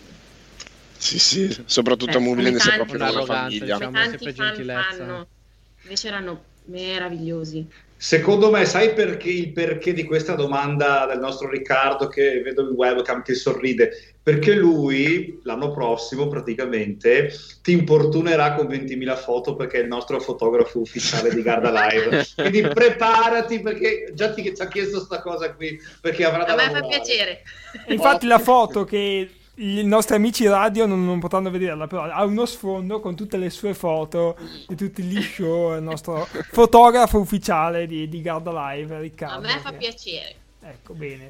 Sì, soprattutto a Movieland è proprio una famiglia. Diciamo, tanti fan fanno, invece erano meravigliosi. Secondo me, sai perché il perché di questa domanda del nostro Riccardo, che vedo il webcam che sorride? Perché lui l'anno prossimo praticamente ti importunerà con 20.000 foto perché è il nostro fotografo ufficiale di Garda Live. Quindi preparati, perché già ti ha chiesto sta cosa qui, perché avrà da lavorare. A me fa piacere. Infatti la foto che i nostri amici radio non potranno vederla, però ha uno sfondo con tutte le sue foto di tutti gli show, il nostro fotografo ufficiale di Garda Live, Riccardo. A me fa piacere. Ecco, bene.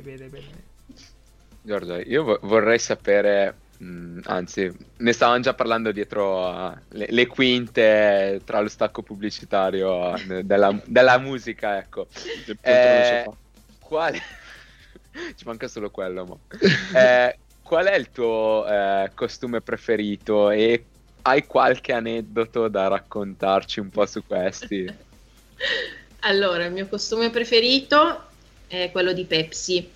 Giorgio, io vorrei sapere, anzi, ne stavamo già parlando dietro le quinte tra lo stacco pubblicitario della musica, ecco. Quale... Ci manca solo quello, ma... Qual è il tuo costume preferito e hai qualche aneddoto da raccontarci un po' su questi? Allora, il mio costume preferito è quello di Pepsi,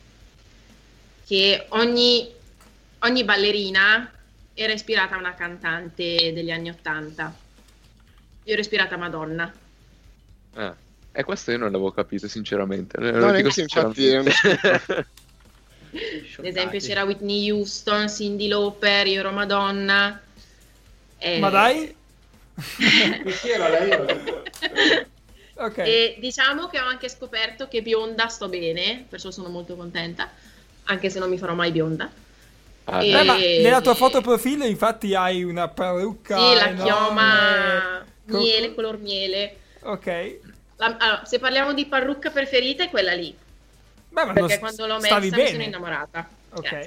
che ogni ballerina era ispirata a una cantante degli anni ¡80. Io ero ispirata a Madonna. E questo io non l'avevo capito sinceramente. No, neanche infatti... Ad esempio c'era Whitney Houston, Cyndi Lauper, io ero Madonna. Ma dai? Chi era lei? Okay. E diciamo che ho anche scoperto che bionda sto bene, perciò sono molto contenta, anche se non mi farò mai bionda. Ma nella tua foto profilo infatti hai una parrucca. Sì, la enorme, chioma miele, color miele. Ok. Allora, se parliamo di parrucca preferita è quella lì. Beh, ma perché quando l'ho messa mi sono innamorata. Ok.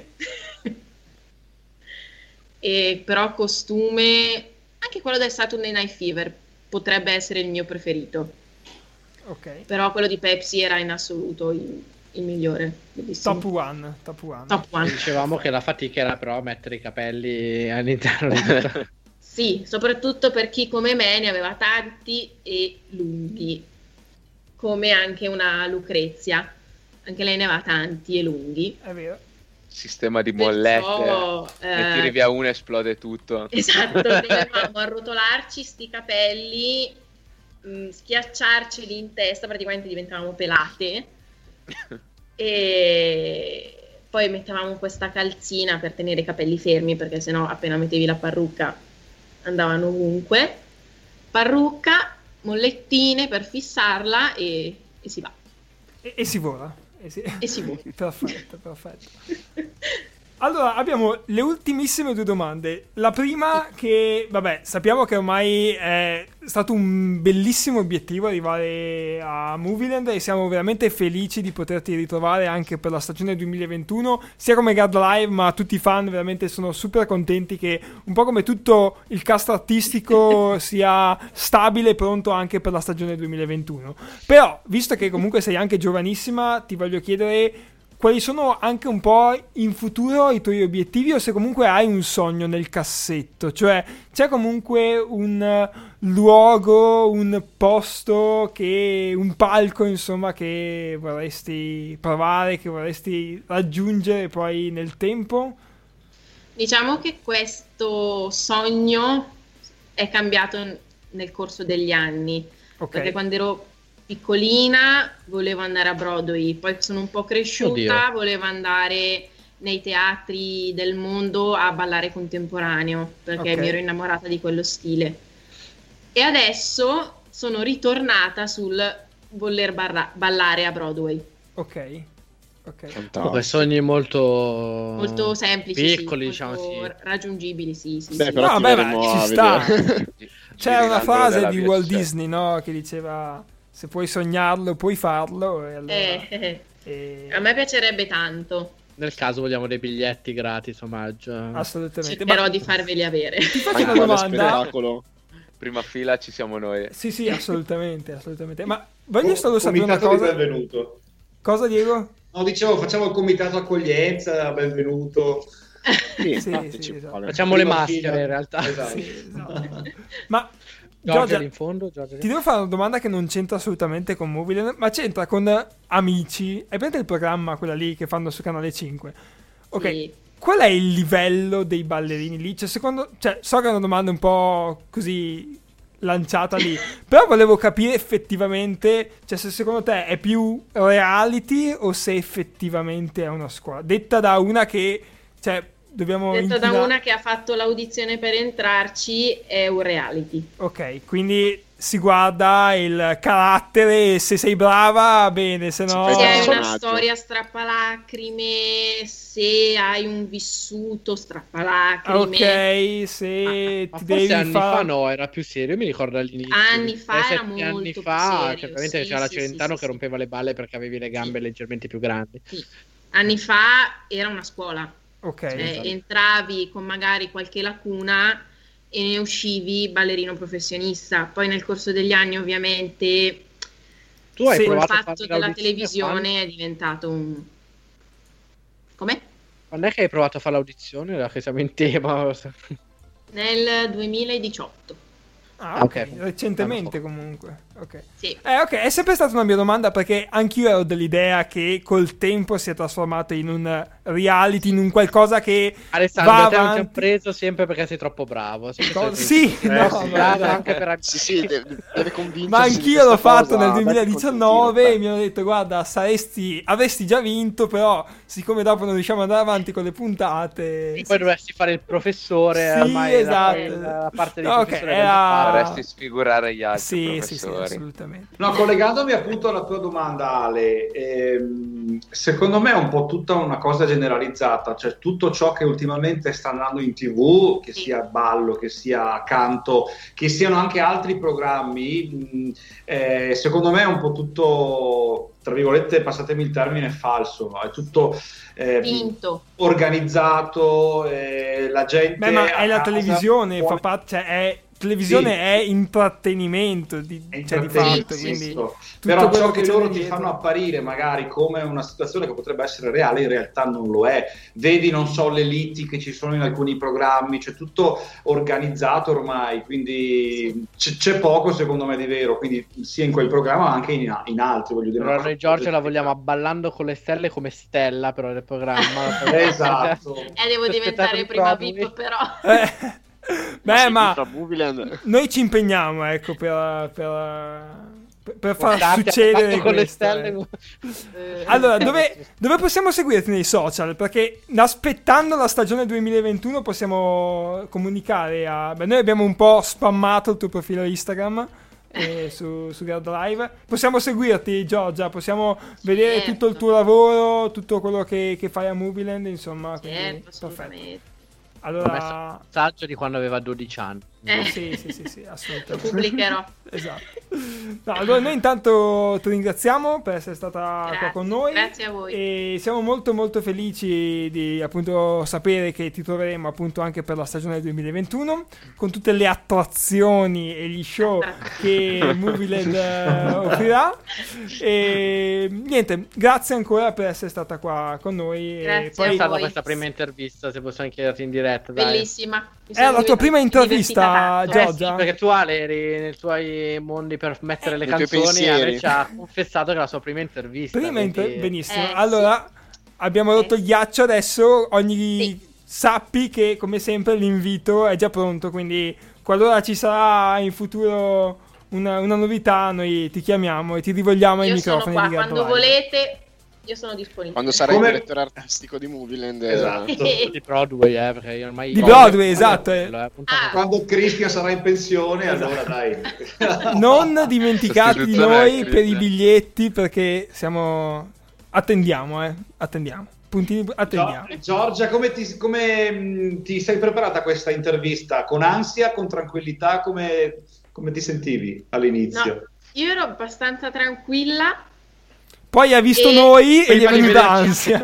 E però costume, anche quello del Saturday Night Fever potrebbe essere il mio preferito. Ok. Però quello di Pepsi era in assoluto il migliore. Bellissimo. Top one. Dicevamo che la fatica era però mettere i capelli all'interno di tutto. Sì, soprattutto per chi come me ne aveva tanti e lunghi, come anche una Lucrezia. Anche lei ne aveva tanti e lunghi. È vero. Sistema di mollette. Ne tiri via uno e esplode tutto. Esatto, dovevamo arrotolarci sti capelli, schiacciarceli in testa, praticamente diventavamo pelate. E poi mettevamo questa calzina per tenere i capelli fermi, perché sennò appena mettevi la parrucca andavano ovunque. Parrucca, mollettine per fissarla e si va. E si vola. E si vola. Perfetto. Allora, abbiamo le ultimissime due domande. La prima che, vabbè, sappiamo che ormai è stato un bellissimo obiettivo arrivare a Movieland e siamo veramente felici di poterti ritrovare anche per la stagione 2021, sia come Garda Live, ma tutti i fan veramente sono super contenti che un po' come tutto il cast artistico sia stabile e pronto anche per la stagione 2021. Però, visto che comunque sei anche giovanissima, ti voglio chiedere quali sono anche un po' in futuro i tuoi obiettivi, o se comunque hai un sogno nel cassetto, cioè c'è comunque un luogo, un posto, un palco insomma che vorresti provare, che vorresti raggiungere poi nel tempo? Diciamo che questo sogno è cambiato nel corso degli anni, perché quando ero piccolina volevo andare a Broadway, poi sono un po' cresciuta, Oddio. volevo andare nei teatri del mondo a ballare contemporaneo, perché Ok. mi ero innamorata di quello stile. E adesso sono ritornata sul voler ballare a Broadway. Ok. Comunque sogni molto Molto semplici, piccoli, sì, diciamo, molto sì. raggiungibili, sì. Beh, sì. però No, ti beh, verremo ci a sta. vedere. C'era una frase della di via Walt Giuseppe. Disney, no? Che diceva: se puoi sognarlo, puoi farlo. E allora, A me piacerebbe tanto. Nel caso vogliamo dei biglietti gratis omaggio. assolutamente. Cercherò Ma di farveli avere. ti faccio Anche una quale domanda. spettacolo. Prima fila ci siamo noi. Sì, assolutamente. Ma voglio solo sapere una Comitato di cosa. benvenuto. Cosa, Diego? No, dicevo, facciamo il comitato accoglienza, benvenuto. Sì, Sì, partecipare. Facciamo le Prima maschere fila. in realtà. Esatto. Sì, esatto. Ma Giorgia Giorgia, lì in fondo, Giorgia lì. ti devo fare una domanda che non c'entra assolutamente con Movie, ma c'entra con Amici. Hai presente il programma, quella lì che fanno su Canale 5? Ok, Sì. qual è il livello dei ballerini lì? Cioè, so che è una domanda un po' così lanciata lì, però volevo capire effettivamente, cioè, se secondo te è più reality o se effettivamente è una scuola. Detta da una che, cioè, dobbiamo Detta da inchinare- una che ha fatto l'audizione per entrarci, è un reality. Ok, quindi si guarda il carattere e se sei brava, bene, se no... Poi Se hai una personaggio. storia strappalacrime, se hai un vissuto strappalacrime. Ok, se Ma ti forse devi anni fare... fa no, era più serio. Io mi ricordo all'inizio. Anni fa era 7 anni molto più fa, serio, certamente sì, c'era la sì, Celentano sì, che rompeva le balle perché avevi le gambe leggermente più grandi. Sì. Anni fa era una scuola. Ok, Cioè, entravi con magari qualche lacuna e ne uscivi ballerino professionista. Poi nel corso degli anni, ovviamente, Tu hai Sì. col provato a fatto fare della l'audizione televisione è diventato un... Come? Quando è che hai provato a fare l'audizione? Ora che siamo in tema. Nel 2018. ah, ok, ok. recentemente comunque, ok. Sì. Ok, è sempre stata una mia domanda perché anch'io ero dell'idea che col tempo si è trasformato in un reality, in un qualcosa che Alessandro, va te non ti ho avanti. preso sempre perché sei troppo bravo. Sì, no, sì, ma- anche per Sì, deve convincersi. Ma di anch'io l'ho questa fatto cosa, nel dagli 2019 e contenuti, mi hanno detto: guarda, avresti già vinto, però siccome dopo non riusciamo ad andare avanti con le puntate... E poi dovresti fare il professore, Sì, ormai esatto. la parte dei No, ok, professori era- l'hai già fatta. Faresti sfigurare gli altri Sì, professori. assolutamente. No, collegandomi appunto alla tua domanda, Ale, secondo me è un po' tutta una cosa generalizzata, cioè tutto ciò che ultimamente sta andando in TV, che Sì. sia ballo, che sia canto, che siano anche altri programmi, secondo me è un po' tutto, tra virgolette, passatemi il termine, falso, no? È tutto Vinto. organizzato, la gente... Beh, ma a è la casa televisione, vuole- cioè è televisione, Sì. è intrattenimento cioè di fatto, Sì, quindi sì. tutto Però quello ciò che c'è loro ti dietro. fanno apparire magari come una situazione che potrebbe essere reale, in realtà non lo è. Vedi, non so, le liti che ci sono in alcuni programmi, c'è tutto organizzato ormai, quindi c'è poco secondo me di vero, quindi sia in quel programma ma anche in altri, voglio dire. Però noi Giorgia la vogliamo ballando con le stelle come Stella però del programma. Esatto. Devo diventare Spettacoli prima Broadway. VIP, però. Ma Beh, ma fra Movieland. noi ci impegniamo, ecco, per far Portarti a succedere contatto con le questo, stelle. ecco. Allora, dove possiamo seguirti nei social? Perché aspettando la stagione 2021 possiamo comunicare Beh, noi abbiamo un po' spammato il tuo profilo Instagram su Guard Live. Possiamo seguirti, Giorgia? Possiamo vedere Certo. tutto il tuo lavoro, tutto quello che fai a Movieland, insomma. Quindi, Certo, perfetto. assolutamente. Ho messo Allora... un messaggio di quando aveva 12 anni. Sì, Lo assolutamente. pubblicherò. Esatto. No, allora noi intanto ti ringraziamo per essere stata qua Grazie, con noi. grazie a voi. E siamo molto molto felici di appunto sapere che ti troveremo appunto anche per la stagione 2021 con tutte le attrazioni e gli show che Movieland offrirà. E niente, grazie ancora per essere stata qua con noi. Grazie E a Poi è stata voi. questa prima intervista, se posso anche chiederti in diretta. Dai. Bellissima. Mi Era sono la tua prima divertita intervista, tanto. Giorgia? Sì, perché tu Ale eri nei tuoi mondi per mettere le Nei tuoi canzoni e Ale pensieri. ci ha confessato che è la sua prima intervista. quindi- Benissimo. Sì. Allora, abbiamo rotto il ghiaccio adesso. Sì. Sappi che, come sempre, l'invito è già pronto. Quindi, qualora ci sarà in futuro una novità, noi ti chiamiamo e ti rivolgiamo ai microfoni qua, di Garda quando Live. volete, io sono disponibile. Quando sarai il direttore artistico di Movieland. Esatto. Di Broadway, perché ormai... Di Broadway, esatto. Quando Christian sarà in pensione, allora dai. Non dimenticate di noi per i biglietti, perché attendiamo. Attendiamo. Giorgia, come ti sei preparata a questa intervista? Con ansia, con tranquillità? Come ti sentivi all'inizio? No, io ero abbastanza tranquilla. Poi ha visto noi e gli è venuta ansia.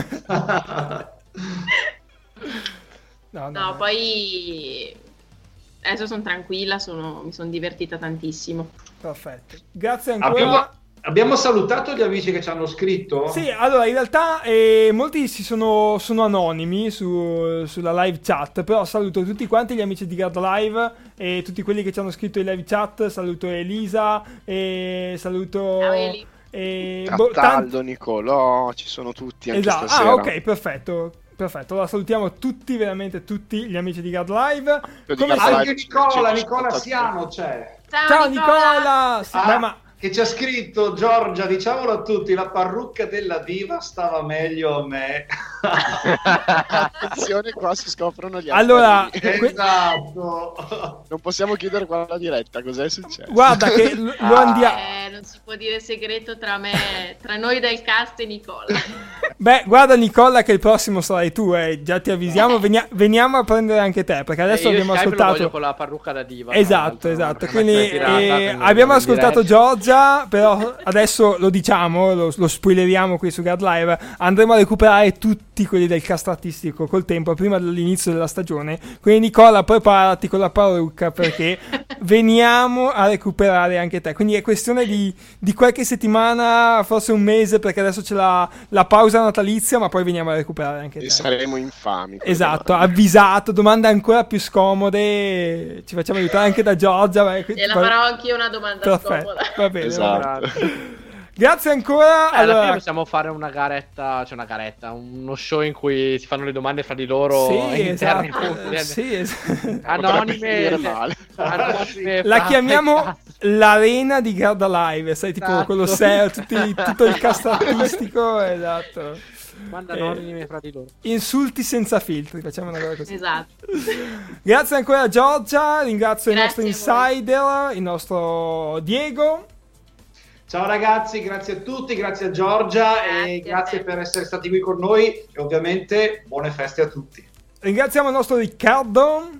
No, poi adesso sono tranquilla, mi sono divertita tantissimo. Perfetto. Grazie ancora. Abbiamo salutato gli amici che ci hanno scritto? Sì, allora in realtà molti sono anonimi sulla live chat, però saluto tutti quanti gli amici di Garda Live e tutti quelli che ci hanno scritto in live chat. Saluto Elisa e saluto... Ciao Eli. Cataldo, Nicolò, ci sono tutti anche stasera. Ah, ok, perfetto. Allora salutiamo tutti, veramente tutti gli amici di Garda Live. Anche Nicola Siano c'è. Ciao Nicola! Sì, ma che ci ha scritto: Giorgia, diciamolo a tutti, la parrucca della diva stava meglio a me. Attenzione, qua si scoprono gli altri. Allora, esatto. Non possiamo chiudere qua la diretta, cos'è successo? Guarda che lo andiamo. Non si può dire segreto tra noi del cast e Nicola. Beh, guarda Nicola che il prossimo sarai tu, già ti avvisiamo, veniamo a prendere anche te, perché adesso abbiamo ascoltato... Lo voglio con la parrucca da diva. Esatto, quindi abbiamo ascoltato Giorgia, però adesso lo diciamo, lo spoileriamo qui su Garda Live, andremo a recuperare tutti quelli del cast artistico col tempo, prima dell'inizio della stagione, quindi Nicola preparati con la parrucca perché veniamo a recuperare anche te, quindi è questione di qualche settimana, forse un mese, perché adesso c'è la pausa natalizia, ma poi veniamo a recuperare anche te. E saremo infami. Esatto, avvisato, domande ancora più scomode, ci facciamo aiutare anche da Giorgia. E la farò anch'io una domanda scomoda. Va bene, esatto. Grazie ancora. Alla fine possiamo fare una garetta, uno show in cui si fanno le domande fra di loro. Sì, esatto. Anonime. La chiamiamo l'arena di Garda Live, sai, tipo esatto. quello tutto il cast artistico, esatto. Manda anonime fra di loro. Insulti senza filtri, facciamo una cosa così. Esatto. Grazie ancora a Giorgia, ringrazio il nostro insider, il nostro Diego. Ciao ragazzi, grazie a tutti, grazie a Giorgia e grazie per essere stati qui con noi e ovviamente buone feste a tutti. Ringraziamo il nostro Riccardo.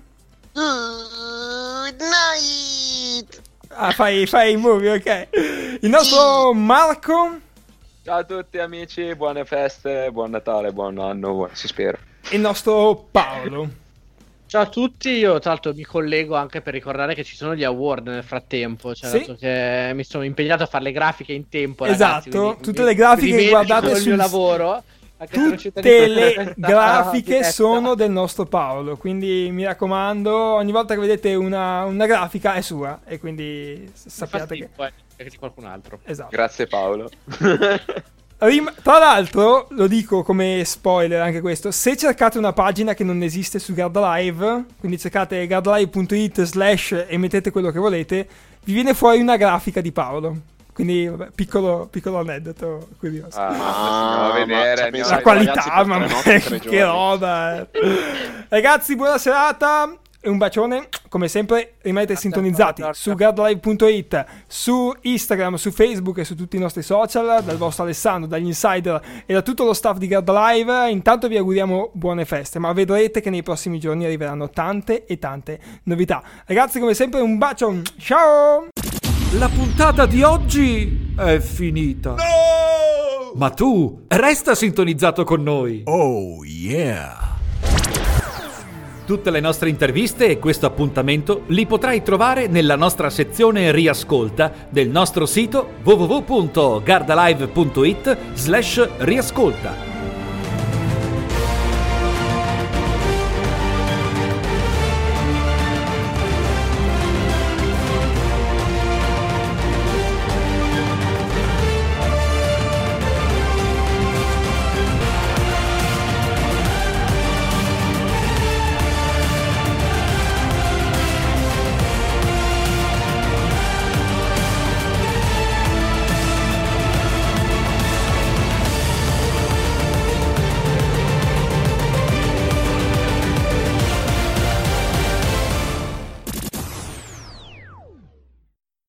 Good night. Fai i movie, ok. Il nostro Marco. Ciao a tutti amici, buone feste, buon Natale, buon anno, si spera. E il nostro Paolo. Ciao a tutti, io tra l'altro mi collego anche per ricordare che ci sono gli award nel frattempo, dato che mi sono impegnato a fare le grafiche in tempo, ragazzi, esatto, tutte le grafiche che guardate sul mio lavoro, tutte le grafiche sono del nostro Paolo, quindi mi raccomando, ogni volta che vedete una grafica è sua e quindi sappiate che di qualcun altro. Esatto. Grazie Paolo. Tra l'altro, lo dico come spoiler anche questo, se cercate una pagina che non esiste su Garda Live, quindi cercate gardalive.it/ e mettete quello che volete, vi viene fuori una grafica di Paolo. Quindi vabbè, piccolo aneddoto curioso. A vedere la qualità, ma che roba. Ragazzi, buona serata. E un bacione, come sempre rimanete sintonizzati su gardalive.it, su Instagram, su Facebook e su tutti i nostri social, dal vostro Alessandro, dagli insider e da tutto lo staff di Garda Live. Intanto vi auguriamo buone feste, ma vedrete che nei prossimi giorni arriveranno tante e tante novità. Ragazzi, come sempre un bacio, ciao! La puntata di oggi è finita. No! Ma tu resta sintonizzato con noi. Oh yeah! Tutte le nostre interviste e questo appuntamento li potrai trovare nella nostra sezione riascolta del nostro sito www.gardalive.it/riascolta.